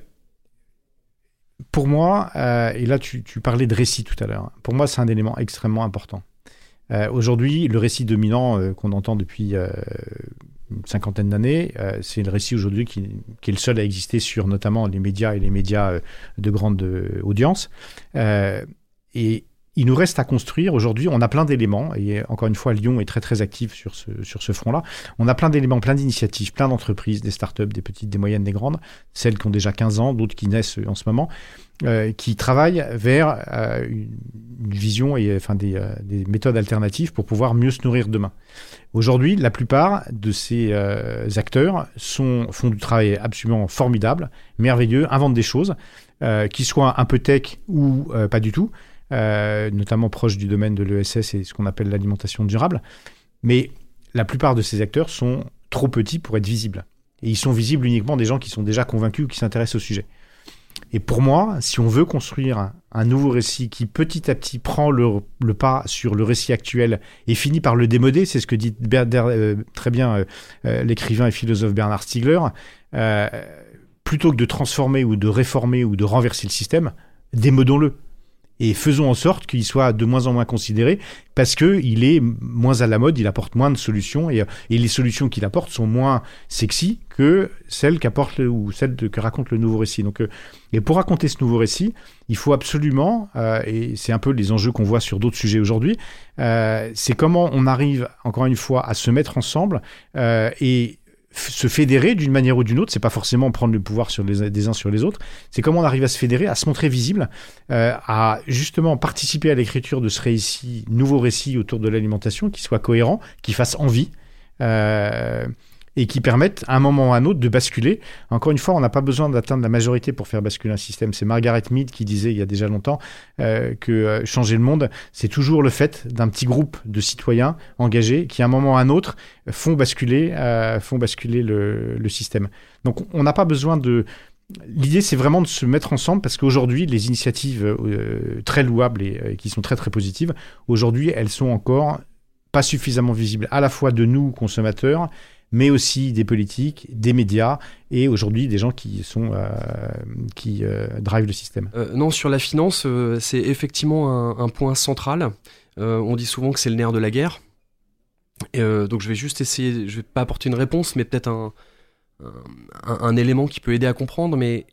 pour moi, euh, et là tu, tu parlais de récit tout à l'heure, pour moi c'est un élément extrêmement important. Euh, aujourd'hui, le récit dominant euh, qu'on entend depuis euh, une cinquantaine d'années. Euh, c'est le récit aujourd'hui qui, qui est le seul à exister sur notamment les médias et les médias euh, de grande euh, audience. Euh, et il nous reste à construire. Aujourd'hui, on a plein d'éléments. Et encore une fois, Lyon est très, très actif sur ce, sur ce front-là. On a plein d'éléments, plein d'initiatives, plein d'entreprises, des startups, des petites, des moyennes, des grandes, celles qui ont déjà quinze ans, d'autres qui naissent en ce moment, euh, qui travaillent vers euh, une, une vision et enfin, des, euh, des méthodes alternatives pour pouvoir mieux se nourrir demain. Aujourd'hui, la plupart de ces euh, acteurs sont, font du travail absolument formidable, merveilleux, inventent des choses, euh, qui soient un peu tech ou euh, pas du tout, euh, notamment proches du domaine de l'E S S et ce qu'on appelle l'alimentation durable. Mais la plupart de ces acteurs sont trop petits pour être visibles. Et ils sont visibles uniquement des gens qui sont déjà convaincus ou qui s'intéressent au sujet. Et pour moi, si on veut construire un, un nouveau récit qui petit à petit prend le, le pas sur le récit actuel et finit par le démoder, c'est ce que dit Ber- euh, très bien euh, euh, l'écrivain et philosophe Bernard Stiegler, euh, plutôt que de transformer ou de réformer ou de renverser le système, démodons-le. Et faisons en sorte qu'il soit de moins en moins considéré parce qu'il est moins à la mode, il apporte moins de solutions et, et les solutions qu'il apporte sont moins sexy que celles qu'apporte le, ou celles de, que raconte le nouveau récit. Donc, euh, et pour raconter ce nouveau récit, il faut absolument, euh, et c'est un peu les enjeux qu'on voit sur d'autres sujets aujourd'hui, euh, c'est comment on arrive, encore une fois, à se mettre ensemble euh, et se fédérer d'une manière ou d'une autre. C'est pas forcément prendre le pouvoir sur les, des uns sur les autres, c'est comment on arrive à se fédérer, à se montrer visible, euh, à justement participer à l'écriture de ce récit, nouveau récit autour de l'alimentation, qui soit cohérent, qui fasse envie, euh, et qui permettent à un moment ou à un autre de basculer. Encore une fois, on n'a pas besoin d'atteindre la majorité pour faire basculer un système. C'est Margaret Mead qui disait il y a déjà longtemps euh, que euh, changer le monde, c'est toujours le fait d'un petit groupe de citoyens engagés qui, à un moment ou à un autre, font basculer, euh, font basculer le, le système. Donc, on n'a pas besoin de... L'idée, c'est vraiment de se mettre ensemble parce qu'aujourd'hui, les initiatives euh, très louables et euh, qui sont très, très positives, aujourd'hui, elles sont encore pas suffisamment visibles à la fois de nous, consommateurs, mais aussi des politiques, des médias et aujourd'hui des gens qui sont euh, qui euh, drivent le système. Euh, non, sur la finance, euh, c'est effectivement un, un point central. Euh, on dit souvent que c'est le nerf de la guerre. Et, euh, donc je vais juste essayer, je vais pas apporter une réponse, mais peut-être un, un, un élément qui peut aider à comprendre. Mais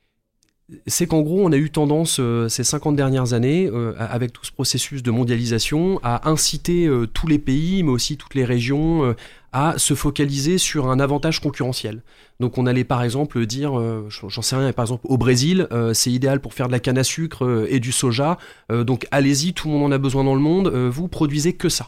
c'est qu'en gros, on a eu tendance euh, ces cinquante dernières années, euh, avec tout ce processus de mondialisation, à inciter euh, tous les pays, mais aussi toutes les régions, euh, à se focaliser sur un avantage concurrentiel. Donc on allait par exemple dire, euh, j'en sais rien, par exemple au Brésil, euh, c'est idéal pour faire de la canne à sucre euh, et du soja, euh, donc allez-y, tout le monde en a besoin dans le monde, euh, vous produisez que ça.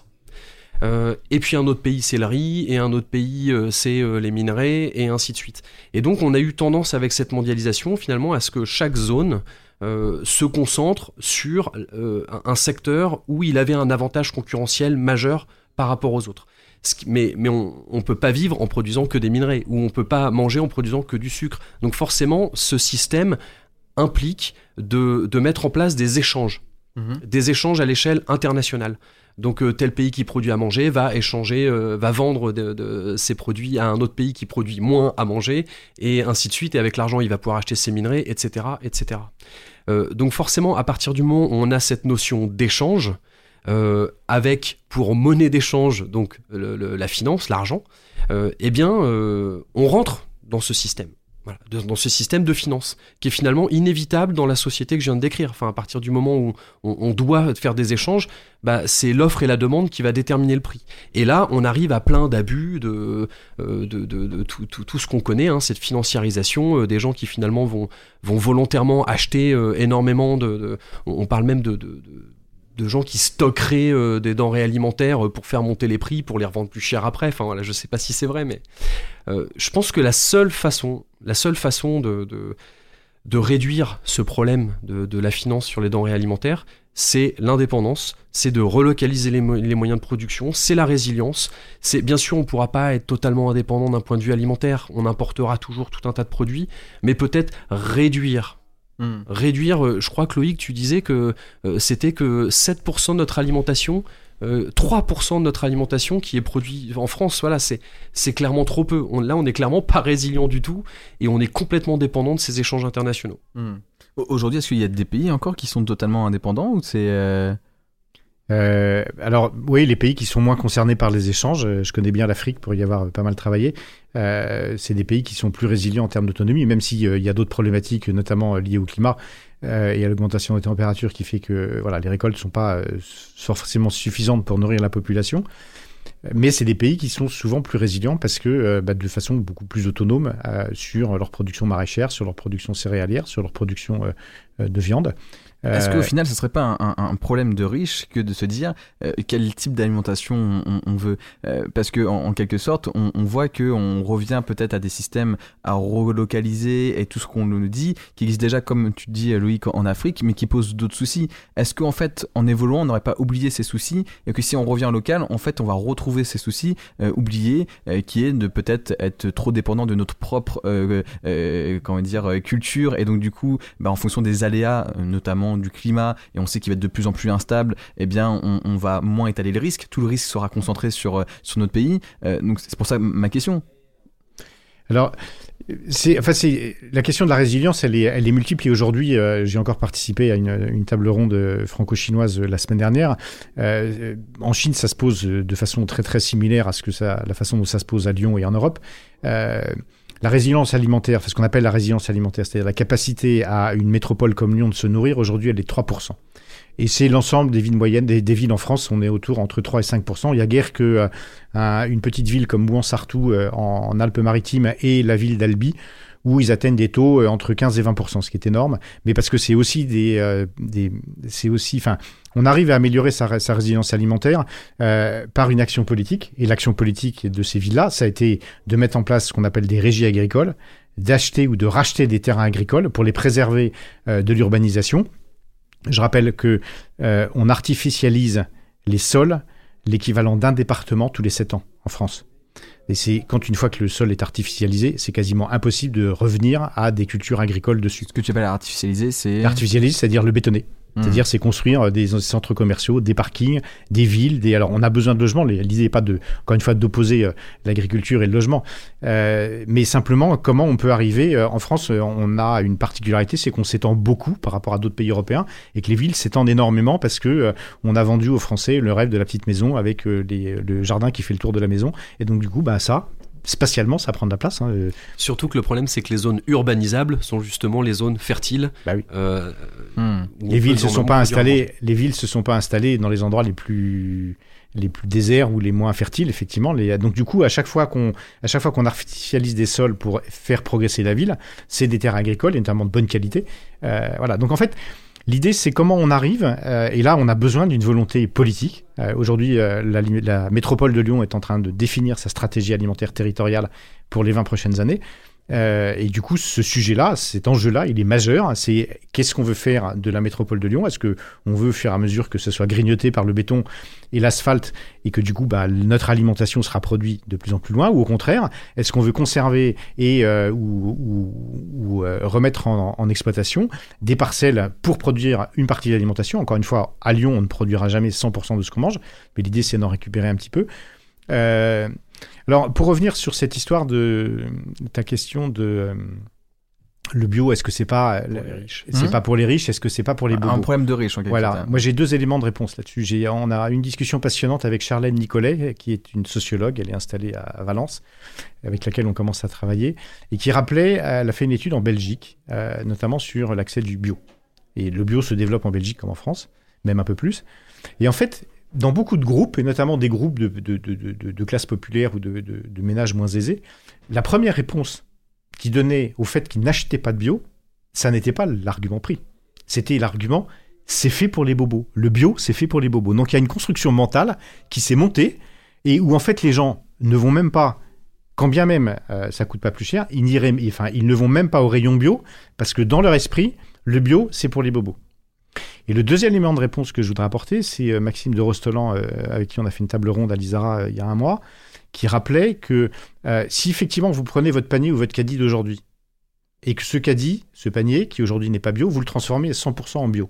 Euh, et puis un autre pays c'est le riz, et un autre pays euh, c'est euh, les minerais, et ainsi de suite. Et donc on a eu tendance avec cette mondialisation finalement à ce que chaque zone euh, se concentre sur euh, un, un secteur où il avait un avantage concurrentiel majeur par rapport aux autres. Mais, mais on ne peut pas vivre en produisant que des minerais, ou on ne peut pas manger en produisant que du sucre. Donc forcément, ce système implique de, de mettre en place des échanges, mmh. des échanges à l'échelle internationale. Donc euh, tel pays qui produit à manger va échanger, euh, va vendre de, de ses produits à un autre pays qui produit moins à manger, et ainsi de suite. Et avec l'argent, il va pouvoir acheter ses minerais, et cetera, et cetera. Euh, donc forcément, à partir du moment où on a cette notion d'échange, Euh, avec pour monnaie d'échange donc le, le, la finance, l'argent, euh, eh bien euh, on rentre dans ce système, voilà, de, dans ce système de finance qui est finalement inévitable dans la société que je viens de décrire. Enfin, à partir du moment où on, on doit faire des échanges, bah, c'est l'offre et la demande qui va déterminer le prix. Et là, on arrive à plein d'abus de, euh, de, de, de tout, tout, tout ce qu'on connaît, hein, cette financiarisation, euh, des gens qui finalement vont, vont volontairement acheter euh, énormément de, de... On parle même de... de, de de gens qui stockeraient euh, des denrées alimentaires pour faire monter les prix, pour les revendre plus cher après. Enfin voilà, je sais pas si c'est vrai, mais euh, je pense que la seule façon, la seule façon de, de, de réduire ce problème de, de la finance sur les denrées alimentaires, c'est l'indépendance, c'est de relocaliser les, mo- les moyens de production, c'est la résilience. C'est, bien sûr, on ne pourra pas être totalement indépendant d'un point de vue alimentaire, on importera toujours tout un tas de produits, mais peut-être réduire Mmh. Réduire, je crois que Loïc, tu disais que euh, c'était que sept pour cent de notre alimentation, euh, trois pour cent de notre alimentation qui est produite en France. Voilà, c'est, c'est clairement trop peu. On, là, on n'est clairement pas résilient du tout et on est complètement dépendant de ces échanges internationaux. Mmh. Aujourd'hui, est-ce qu'il y a des pays encore qui sont totalement indépendants ou c'est euh... Euh, alors oui, les pays qui sont moins concernés par les échanges, je connais bien l'Afrique pour y avoir pas mal travaillé, euh, c'est des pays qui sont plus résilients en termes d'autonomie, même s'il euh, y a d'autres problématiques, notamment euh, liées au climat euh, et à l'augmentation des températures qui fait que voilà, les récoltes ne sont pas euh, forcément suffisantes pour nourrir la population. Mais c'est des pays qui sont souvent plus résilients parce que euh, bah, de façon beaucoup plus autonome euh, sur leur production maraîchère, sur leur production céréalière, sur leur production euh, de viande. Est-ce qu'au final, ce ne serait pas un, un, un problème de riche que de se dire euh, quel type d'alimentation on, on veut euh, Parce qu'en en, en quelque sorte, on, on voit qu'on revient peut-être à des systèmes à relocaliser et tout ce qu'on nous dit, qui existe déjà, comme tu dis Loïc, en Afrique, mais qui posent d'autres soucis. Est-ce qu'en fait, en évoluant, on n'aurait pas oublié ces soucis et que si on revient local, en fait, on va retrouver ces soucis euh, oubliés, euh, qui est de peut-être être trop dépendant de notre propre euh, euh, comment dire, culture et donc du coup, bah, en fonction des aléas, notamment du climat, et on sait qu'il va être de plus en plus instable, eh bien on, on va moins étaler le risque, tout le risque sera concentré sur, sur notre pays, euh, donc c'est pour ça ma question. Alors, c'est, enfin, c'est, la question de la résilience, elle est, elle est multiple, et aujourd'hui, euh, j'ai encore participé à une, une table ronde franco-chinoise la semaine dernière. Euh, en Chine, ça se pose de façon très très similaire à ce que ça, la façon dont ça se pose à Lyon et en Europe. Euh, La résilience alimentaire, enfin, ce qu'on appelle la résilience alimentaire, c'est-à-dire la capacité à une métropole comme Lyon de se nourrir, aujourd'hui, elle est de trois pour cent. Et c'est l'ensemble des villes moyennes, des, des villes en France, on est autour entre trois et cinq pour cent. Il y a guère que euh, une petite ville comme Mouan-Sartoux euh, en, en Alpes-Maritimes et la ville d'Albi, où ils atteignent des taux euh, entre quinze et vingt pour cent, ce qui est énorme. Mais parce que c'est aussi des... Euh, des c'est aussi... Enfin, on arrive à améliorer sa, sa résilience alimentaire euh, par une action politique. Et l'action politique de ces villes-là, ça a été de mettre en place ce qu'on appelle des régies agricoles, d'acheter ou de racheter des terrains agricoles pour les préserver euh, de l'urbanisation. Je rappelle que euh, on artificialise les sols l'équivalent d'un département tous les sept ans en France. Et c'est quand une fois que le sol est artificialisé, c'est quasiment impossible de revenir à des cultures agricoles dessus. Ce que tu appelles artificialiser, c'est... Artificialiser, c'est-à-dire le bétonner. C'est-à-dire, c'est construire des centres commerciaux, des parkings, des villes. Des... Alors, on a besoin de logements. L'idée n'est pas, de, encore une fois, d'opposer euh, l'agriculture et le logement. Euh, mais simplement, comment on peut arriver... Euh, en France, euh, on a une particularité, c'est qu'on s'étend beaucoup par rapport à d'autres pays européens et que les villes s'étendent énormément parce que euh, on a vendu aux Français le rêve de la petite maison avec euh, les, le jardin qui fait le tour de la maison. Et donc, du coup, bah, ça... spatialement, ça prend de la place. Hein. Surtout que le problème, c'est que les zones urbanisables sont justement les zones fertiles. Bah oui. euh, mmh. Les villes se sont pas installées. Les villes se sont pas installées dans les endroits les plus les plus déserts ou les moins fertiles, effectivement. Les... Donc du coup, à chaque fois qu'on à chaque fois qu'on artificialise des sols pour faire progresser la ville, c'est des terres agricoles, et notamment de bonne qualité. Euh, voilà. Donc en fait. L'idée, c'est comment on arrive, euh, et là, on a besoin d'une volonté politique. Euh, aujourd'hui, euh, la, la métropole de Lyon est en train de définir sa stratégie alimentaire territoriale pour les vingt prochaines années. Euh, et du coup, ce sujet-là, cet enjeu-là, il est majeur. C'est qu'est-ce qu'on veut faire de la métropole de Lyon ? Est-ce qu'on veut, au fur et à mesure que ce soit grignoté par le béton et l'asphalte, et que du coup, bah, notre alimentation sera produite de plus en plus loin ? Ou au contraire, est-ce qu'on veut conserver et euh, ou, ou, ou euh, remettre en, en exploitation des parcelles pour produire une partie de l'alimentation ? Encore une fois, à Lyon, on ne produira jamais cent pour cent de ce qu'on mange, mais l'idée, c'est d'en récupérer un petit peu. Euh, alors, pour revenir sur cette histoire de ta question de euh, le bio, est-ce que c'est pas pour les riches. c'est mmh. pas pour les riches, est-ce que c'est pas pour les bobos ? Un problème de riches, en quelque Voilà. sorte. Moi, j'ai deux éléments de réponse là-dessus. J'ai, on a une discussion passionnante avec Charlène Nicolet, qui est une sociologue. Elle est installée à Valence, avec laquelle on commence à travailler, et qui rappelait, elle a fait une étude en Belgique, euh, notamment sur l'accès du bio. Et le bio se développe en Belgique comme en France, même un peu plus. Et en fait, dans beaucoup de groupes, et notamment des groupes de, de, de, de, de classes populaires ou de, de, de ménages moins aisés, la première réponse qu'ils donnaient au fait qu'ils n'achetaient pas de bio, ça n'était pas l'argument prix. C'était l'argument « c'est fait pour les bobos ». Le bio, c'est fait pour les bobos. Donc il y a une construction mentale qui s'est montée et où en fait les gens ne vont même pas, quand bien même euh, ça coûte pas plus cher, ils, n'iraient, enfin, ils ne vont même pas au rayon bio parce que dans leur esprit, le bio, c'est pour les bobos. Et le deuxième élément de réponse que je voudrais apporter, c'est euh, Maxime de Rostolan, euh, avec qui on a fait une table ronde à l'Isara euh, il y a un mois, qui rappelait que euh, si effectivement vous prenez votre panier ou votre caddie d'aujourd'hui, et que ce caddie, ce panier, qui aujourd'hui n'est pas bio, vous le transformez à cent pour cent en bio.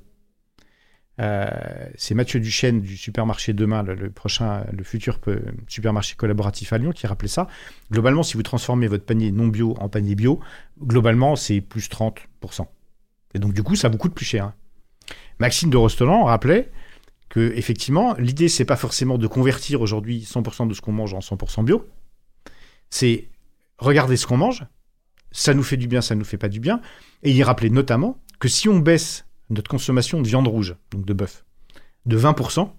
Euh, c'est Mathieu Duchesne du supermarché Demain, le, le prochain, le futur peu, supermarché collaboratif à Lyon, qui rappelait ça. Globalement, si vous transformez votre panier non bio en panier bio, globalement, c'est plus trente pour cent. Et donc, du coup, ça vous coûte plus cher. Hein. Maxime de Rostolan rappelait que effectivement, l'idée, c'est pas forcément de convertir aujourd'hui cent pour cent de ce qu'on mange en cent pour cent bio. C'est regarder ce qu'on mange, ça nous fait du bien, ça nous fait pas du bien, et y rappeler notamment que si on baisse notre consommation de viande rouge, donc de bœuf, de vingt pour cent,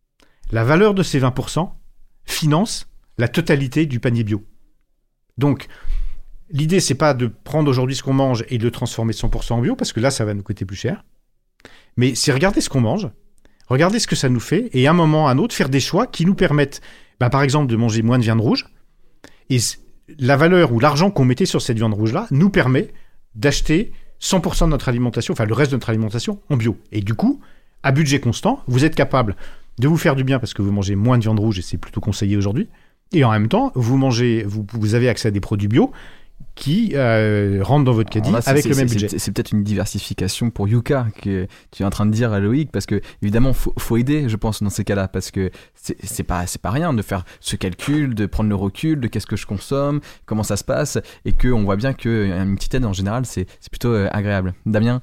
la valeur de ces vingt pour cent finance la totalité du panier bio. Donc, l'idée, c'est pas de prendre aujourd'hui ce qu'on mange et de le transformer cent pour cent en bio, parce que là, ça va nous coûter plus cher. Mais c'est regarder ce qu'on mange, regarder ce que ça nous fait, et à un moment ou à un autre, faire des choix qui nous permettent, bah, par exemple, de manger moins de viande rouge. Et la valeur ou l'argent qu'on mettait sur cette viande rouge-là nous permet d'acheter cent pour cent de notre alimentation, enfin le reste de notre alimentation, en bio. Et du coup, à budget constant, vous êtes capable de vous faire du bien parce que vous mangez moins de viande rouge, et c'est plutôt conseillé aujourd'hui. Et en même temps, vous mangez, vous, vous avez accès à des produits bio qui euh, rentrent dans votre caddie là, avec le même budget. C'est, c'est peut-être une diversification pour Yuka que tu es en train de dire à Loïc, parce que évidemment faut, faut aider, je pense, dans ces cas-là, parce que c'est, c'est pas c'est pas rien de faire ce calcul, de prendre le recul de qu'est-ce que je consomme, comment ça se passe, et que on voit bien que une petite aide en général c'est c'est plutôt euh, agréable. Damien.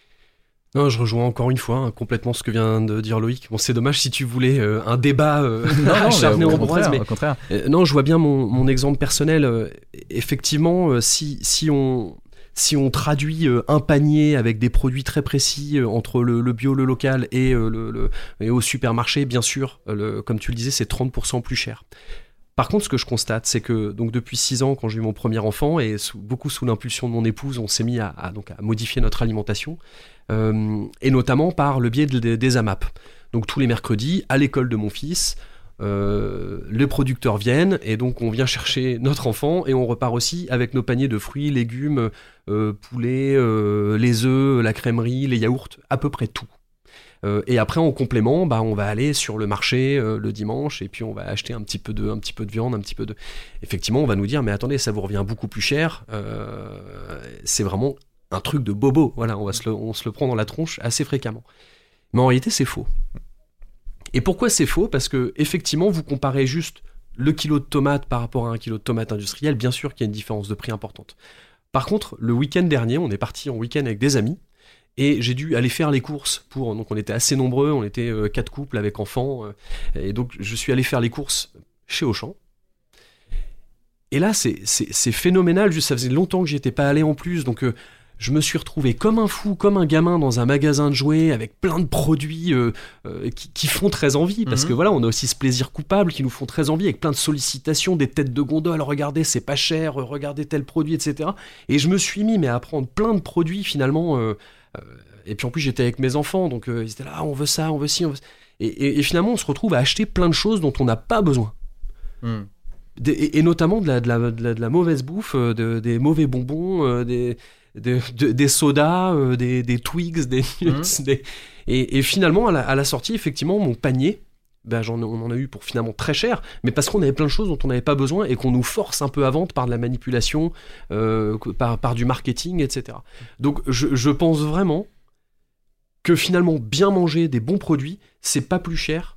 Non, je rejoins encore une fois hein, complètement ce que vient de dire Loïc. Bon, c'est dommage si tu voulais euh, un débat euh, non, acharné non, en broise, mais au contraire. Euh, non, je vois bien mon, mon exemple personnel. Euh, effectivement, euh, si si on si on traduit euh, un panier avec des produits très précis euh, entre le, le bio, le local et euh, le, le et au supermarché, bien sûr, euh, le, comme tu le disais, c'est trente pour cent plus cher. Par contre, ce que je constate, c'est que donc depuis six ans, quand j'ai eu mon premier enfant, et sous, beaucoup sous l'impulsion de mon épouse, on s'est mis à, à, donc, à modifier notre alimentation, euh, et notamment par le biais de, de, des A M A P. Donc tous les mercredis, à l'école de mon fils, euh, les producteurs viennent, et donc on vient chercher notre enfant, et on repart aussi avec nos paniers de fruits, légumes, euh, poulet, euh, les œufs, la crèmerie, les yaourts, à peu près tout. Euh, et après en complément, bah, on va aller sur le marché euh, le dimanche, et puis on va acheter un petit peu de, un petit peu de viande, un petit peu de... Effectivement, on va nous dire, mais attendez, ça vous revient beaucoup plus cher, euh, c'est vraiment un truc de bobo, voilà, on, va se le, on se le prend dans la tronche assez fréquemment. Mais en réalité, c'est faux. Et pourquoi c'est faux ? Parce que effectivement, vous comparez juste le kilo de tomates par rapport à un kilo de tomates industrielles, bien sûr qu'il y a une différence de prix importante. Par contre, le week-end dernier, on est parti en week-end avec des amis, et j'ai dû aller faire les courses pour... Donc on était assez nombreux, on était euh, quatre couples avec enfants, euh, et donc je suis allé faire les courses chez Auchan. Et là, c'est, c'est, c'est phénoménal, juste, ça faisait longtemps que j'y étais pas allé en plus, donc euh, je me suis retrouvé comme un fou, comme un gamin dans un magasin de jouets, avec plein de produits euh, euh, qui, qui font très envie, parce mmh. que voilà, on a aussi ce plaisir coupable qui nous font très envie, avec plein de sollicitations, des têtes de gondole, regardez, c'est pas cher, regardez tel produit, et cetera. Et je me suis mis mais à prendre plein de produits finalement... Euh, Euh, et puis en plus j'étais avec mes enfants, donc euh, ils étaient là, ah, on veut ça, on veut ci, on veut... Et, et, et finalement on se retrouve à acheter plein de choses dont on n'a pas besoin. Mm. Des, et, et notamment de la, de, la, de, la, de la mauvaise bouffe, de, des mauvais bonbons, euh, des, de, de, des sodas, euh, des, des Twigs, des nuts. Mm. Des... Et, et finalement à la, à la sortie, effectivement, mon panier, ben, j'en, on en a eu pour finalement très cher, mais parce qu'on avait plein de choses dont on n'avait pas besoin et qu'on nous force un peu à vendre par de la manipulation, euh, par, par du marketing, et cetera. Donc je, je pense vraiment que finalement bien manger des bons produits, c'est pas plus cher.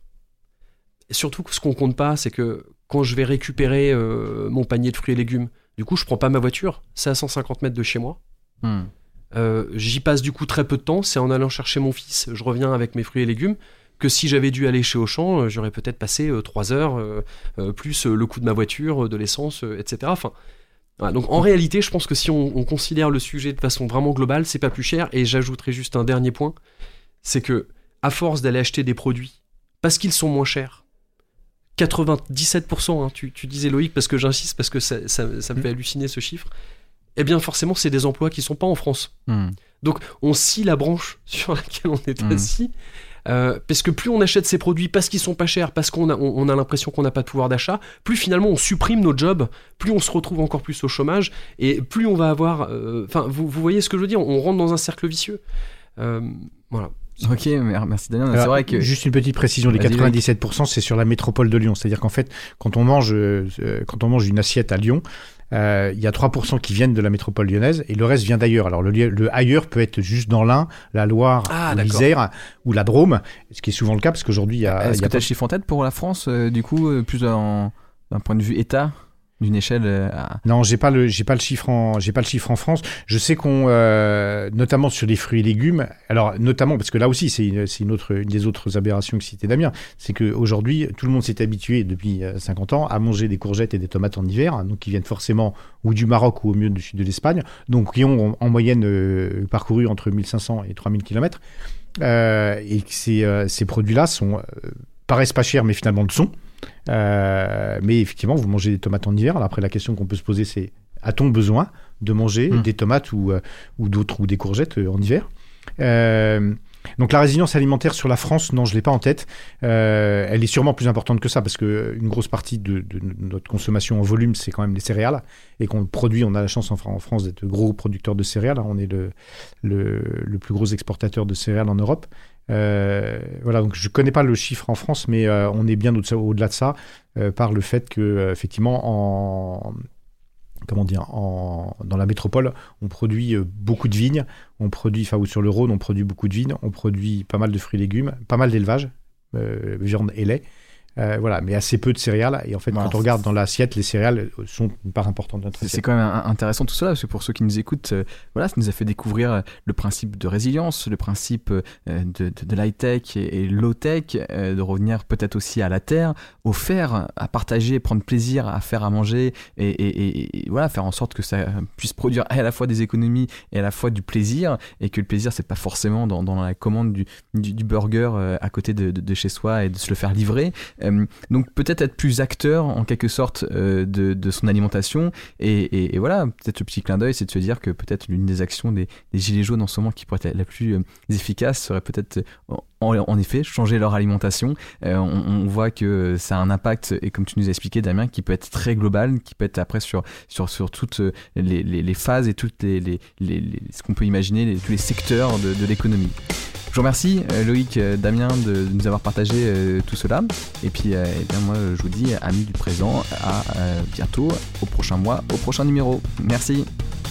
Et surtout que ce qu'on compte pas, c'est que quand je vais récupérer euh, mon panier de fruits et légumes, du coup je prends pas ma voiture, c'est à cent cinquante mètres de chez moi. Hmm. Euh, j'y passe du coup très peu de temps, c'est en allant chercher mon fils, je reviens avec mes fruits et légumes, que si j'avais dû aller chez Auchan, j'aurais peut-être passé euh, trois heures, euh, euh, plus euh, le coût de ma voiture, euh, de l'essence, euh, et cetera. Enfin, voilà. Donc en réalité, je pense que si on, on considère le sujet de façon vraiment globale, c'est pas plus cher. Et j'ajouterai juste un dernier point, c'est que à force d'aller acheter des produits, parce qu'ils sont moins chers, quatre-vingt-dix-sept pour cent, hein, tu, tu disais Loïc, parce que j'insiste, parce que ça, ça, ça me fait halluciner ce chiffre, eh bien forcément, c'est des emplois qui sont pas en France. Mmh. Donc on scie la branche sur laquelle on est mmh. assis, Euh, parce que plus on achète ces produits parce qu'ils sont pas chers, parce qu'on a, on, on a l'impression qu'on n'a pas de pouvoir d'achat, plus finalement on supprime nos jobs, plus on se retrouve encore plus au chômage, et plus on va avoir... Enfin, euh, vous, vous voyez ce que je veux dire ? On rentre dans un cercle vicieux. Euh, voilà. Ok, merci Damien. Alors, c'est vrai que... Juste une petite précision, les quatre-vingt-dix-sept pour cent c'est sur la métropole de Lyon, c'est-à-dire qu'en fait, quand on mange, euh, quand on mange une assiette à Lyon, il euh, y a trois pour cent qui viennent de la métropole lyonnaise et le reste vient d'ailleurs. Alors le, le ailleurs peut être juste dans l'Ain, la Loire, ah, l'Isère ou la Drôme, ce qui est souvent le cas parce qu'aujourd'hui il y a... Est-ce y a que tu as le chiffre en tête pour la France, euh, du coup, euh, plus en, d'un point de vue État ? d'une échelle euh, à... Non, j'ai pas le, j'ai pas le chiffre en, j'ai pas le chiffre en France. Je sais qu'on, euh, notamment sur les fruits et légumes, alors notamment parce que là aussi c'est une, c'est une autre, une des autres aberrations que citait Damien, c'est que aujourd'hui tout le monde s'est habitué depuis cinquante ans à manger des courgettes et des tomates en hiver, hein, donc qui viennent forcément ou du Maroc ou au mieux du sud de l'Espagne, donc qui ont en, en moyenne euh, parcouru entre mille cinq cents et trois mille kilomètres, euh, et que ces, euh, ces produits-là sont euh, paraissent pas chers, mais finalement le sont. Euh, mais effectivement, vous mangez des tomates en hiver. Alors après, la question qu'on peut se poser, c'est a-t-on besoin de manger mmh. des tomates ou, euh, ou d'autres ou des courgettes euh, en hiver? euh, Donc la résilience alimentaire sur la France, non, je l'ai pas en tête. Euh, elle est sûrement plus importante que ça parce que une grosse partie de, de notre consommation en volume, c'est quand même les céréales et qu'on produit. On a la chance en, en France d'être gros producteur de céréales. On est le, le, le plus gros exportateur de céréales en Europe. Euh, voilà, donc je connais pas le chiffre en France, mais euh, on est bien au- au-delà de ça euh, par le fait que euh, effectivement en comment dire en dans la métropole on produit euh, beaucoup de vignes, on produit enfin ou sur le Rhône on produit beaucoup de vignes, on produit pas mal de fruits et légumes, pas mal d'élevage, euh, viande et lait. Euh, voilà, mais assez peu de céréales. Et en fait, Voilà, quand on regarde dans l'assiette, les céréales sont une part importante de notre C'est, assiette. c'est quand même un- intéressant tout cela, parce que pour ceux qui nous écoutent, euh, voilà, ça nous a fait découvrir euh, le principe de résilience, le principe euh, de, de, de l'high-tech et, et low-tech, euh, de revenir peut-être aussi à la terre, au faire, à partager, prendre plaisir à faire à manger, et, et, et, et voilà, faire en sorte que ça puisse produire à la fois des économies et à la fois du plaisir, et que le plaisir, c'est pas forcément dans, dans la commande du, du, du burger euh, à côté de, de, de chez soi et de se le faire livrer. Euh, donc peut-être être plus acteur en quelque sorte euh, de, de son alimentation et, et, et voilà, peut-être le petit clin d'œil, c'est de se dire que peut-être l'une des actions des, des gilets jaunes en ce moment qui pourrait être la, la plus euh, efficace serait peut-être euh, en, en effet changer leur alimentation. Euh, on, on voit que ça a un impact, et comme tu nous as expliqué Damien, qui peut être très global, qui peut être après sur, sur, sur toutes les, les, les phases et toutes les, les, les, les, ce qu'on peut imaginer, les, tous les secteurs de, de l'économie. Je vous remercie euh, Loïc, euh, Damien de, de nous avoir partagé euh, tout cela. Et puis euh, eh bien, moi je vous dis amis du présent, à euh, bientôt, au prochain mois, au prochain numéro. Merci.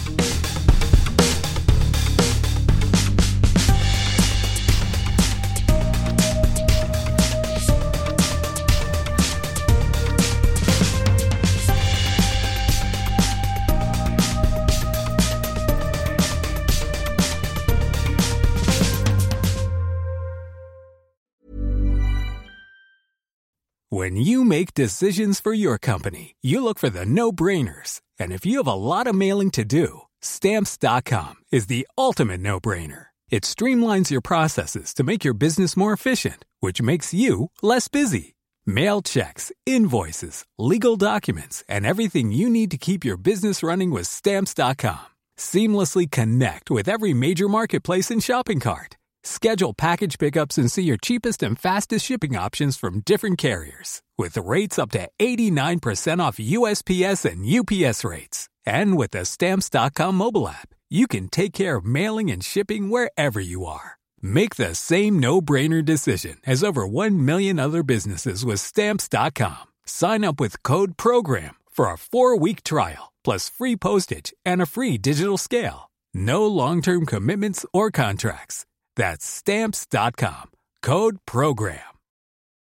When you make decisions for your company, you look for the no-brainers. And if you have a lot of mailing to do, Stamps dot com is the ultimate no-brainer. It streamlines your processes to make your business more efficient, which makes you less busy. Mail checks, invoices, legal documents, and everything you need to keep your business running with Stamps dot com. Seamlessly connect with every major marketplace and shopping cart. Schedule package pickups and see your cheapest and fastest shipping options from different carriers. With rates up to eighty-nine percent off U S P S and U P S rates. And with the Stamps dot com mobile app, you can take care of mailing and shipping wherever you are. Make the same no-brainer decision as over one million other businesses with Stamps dot com. Sign up with code PROGRAM for a four-week trial, plus free postage and a free digital scale. No long-term commitments or contracts. That's Stamps dot com. Code PROGRAM.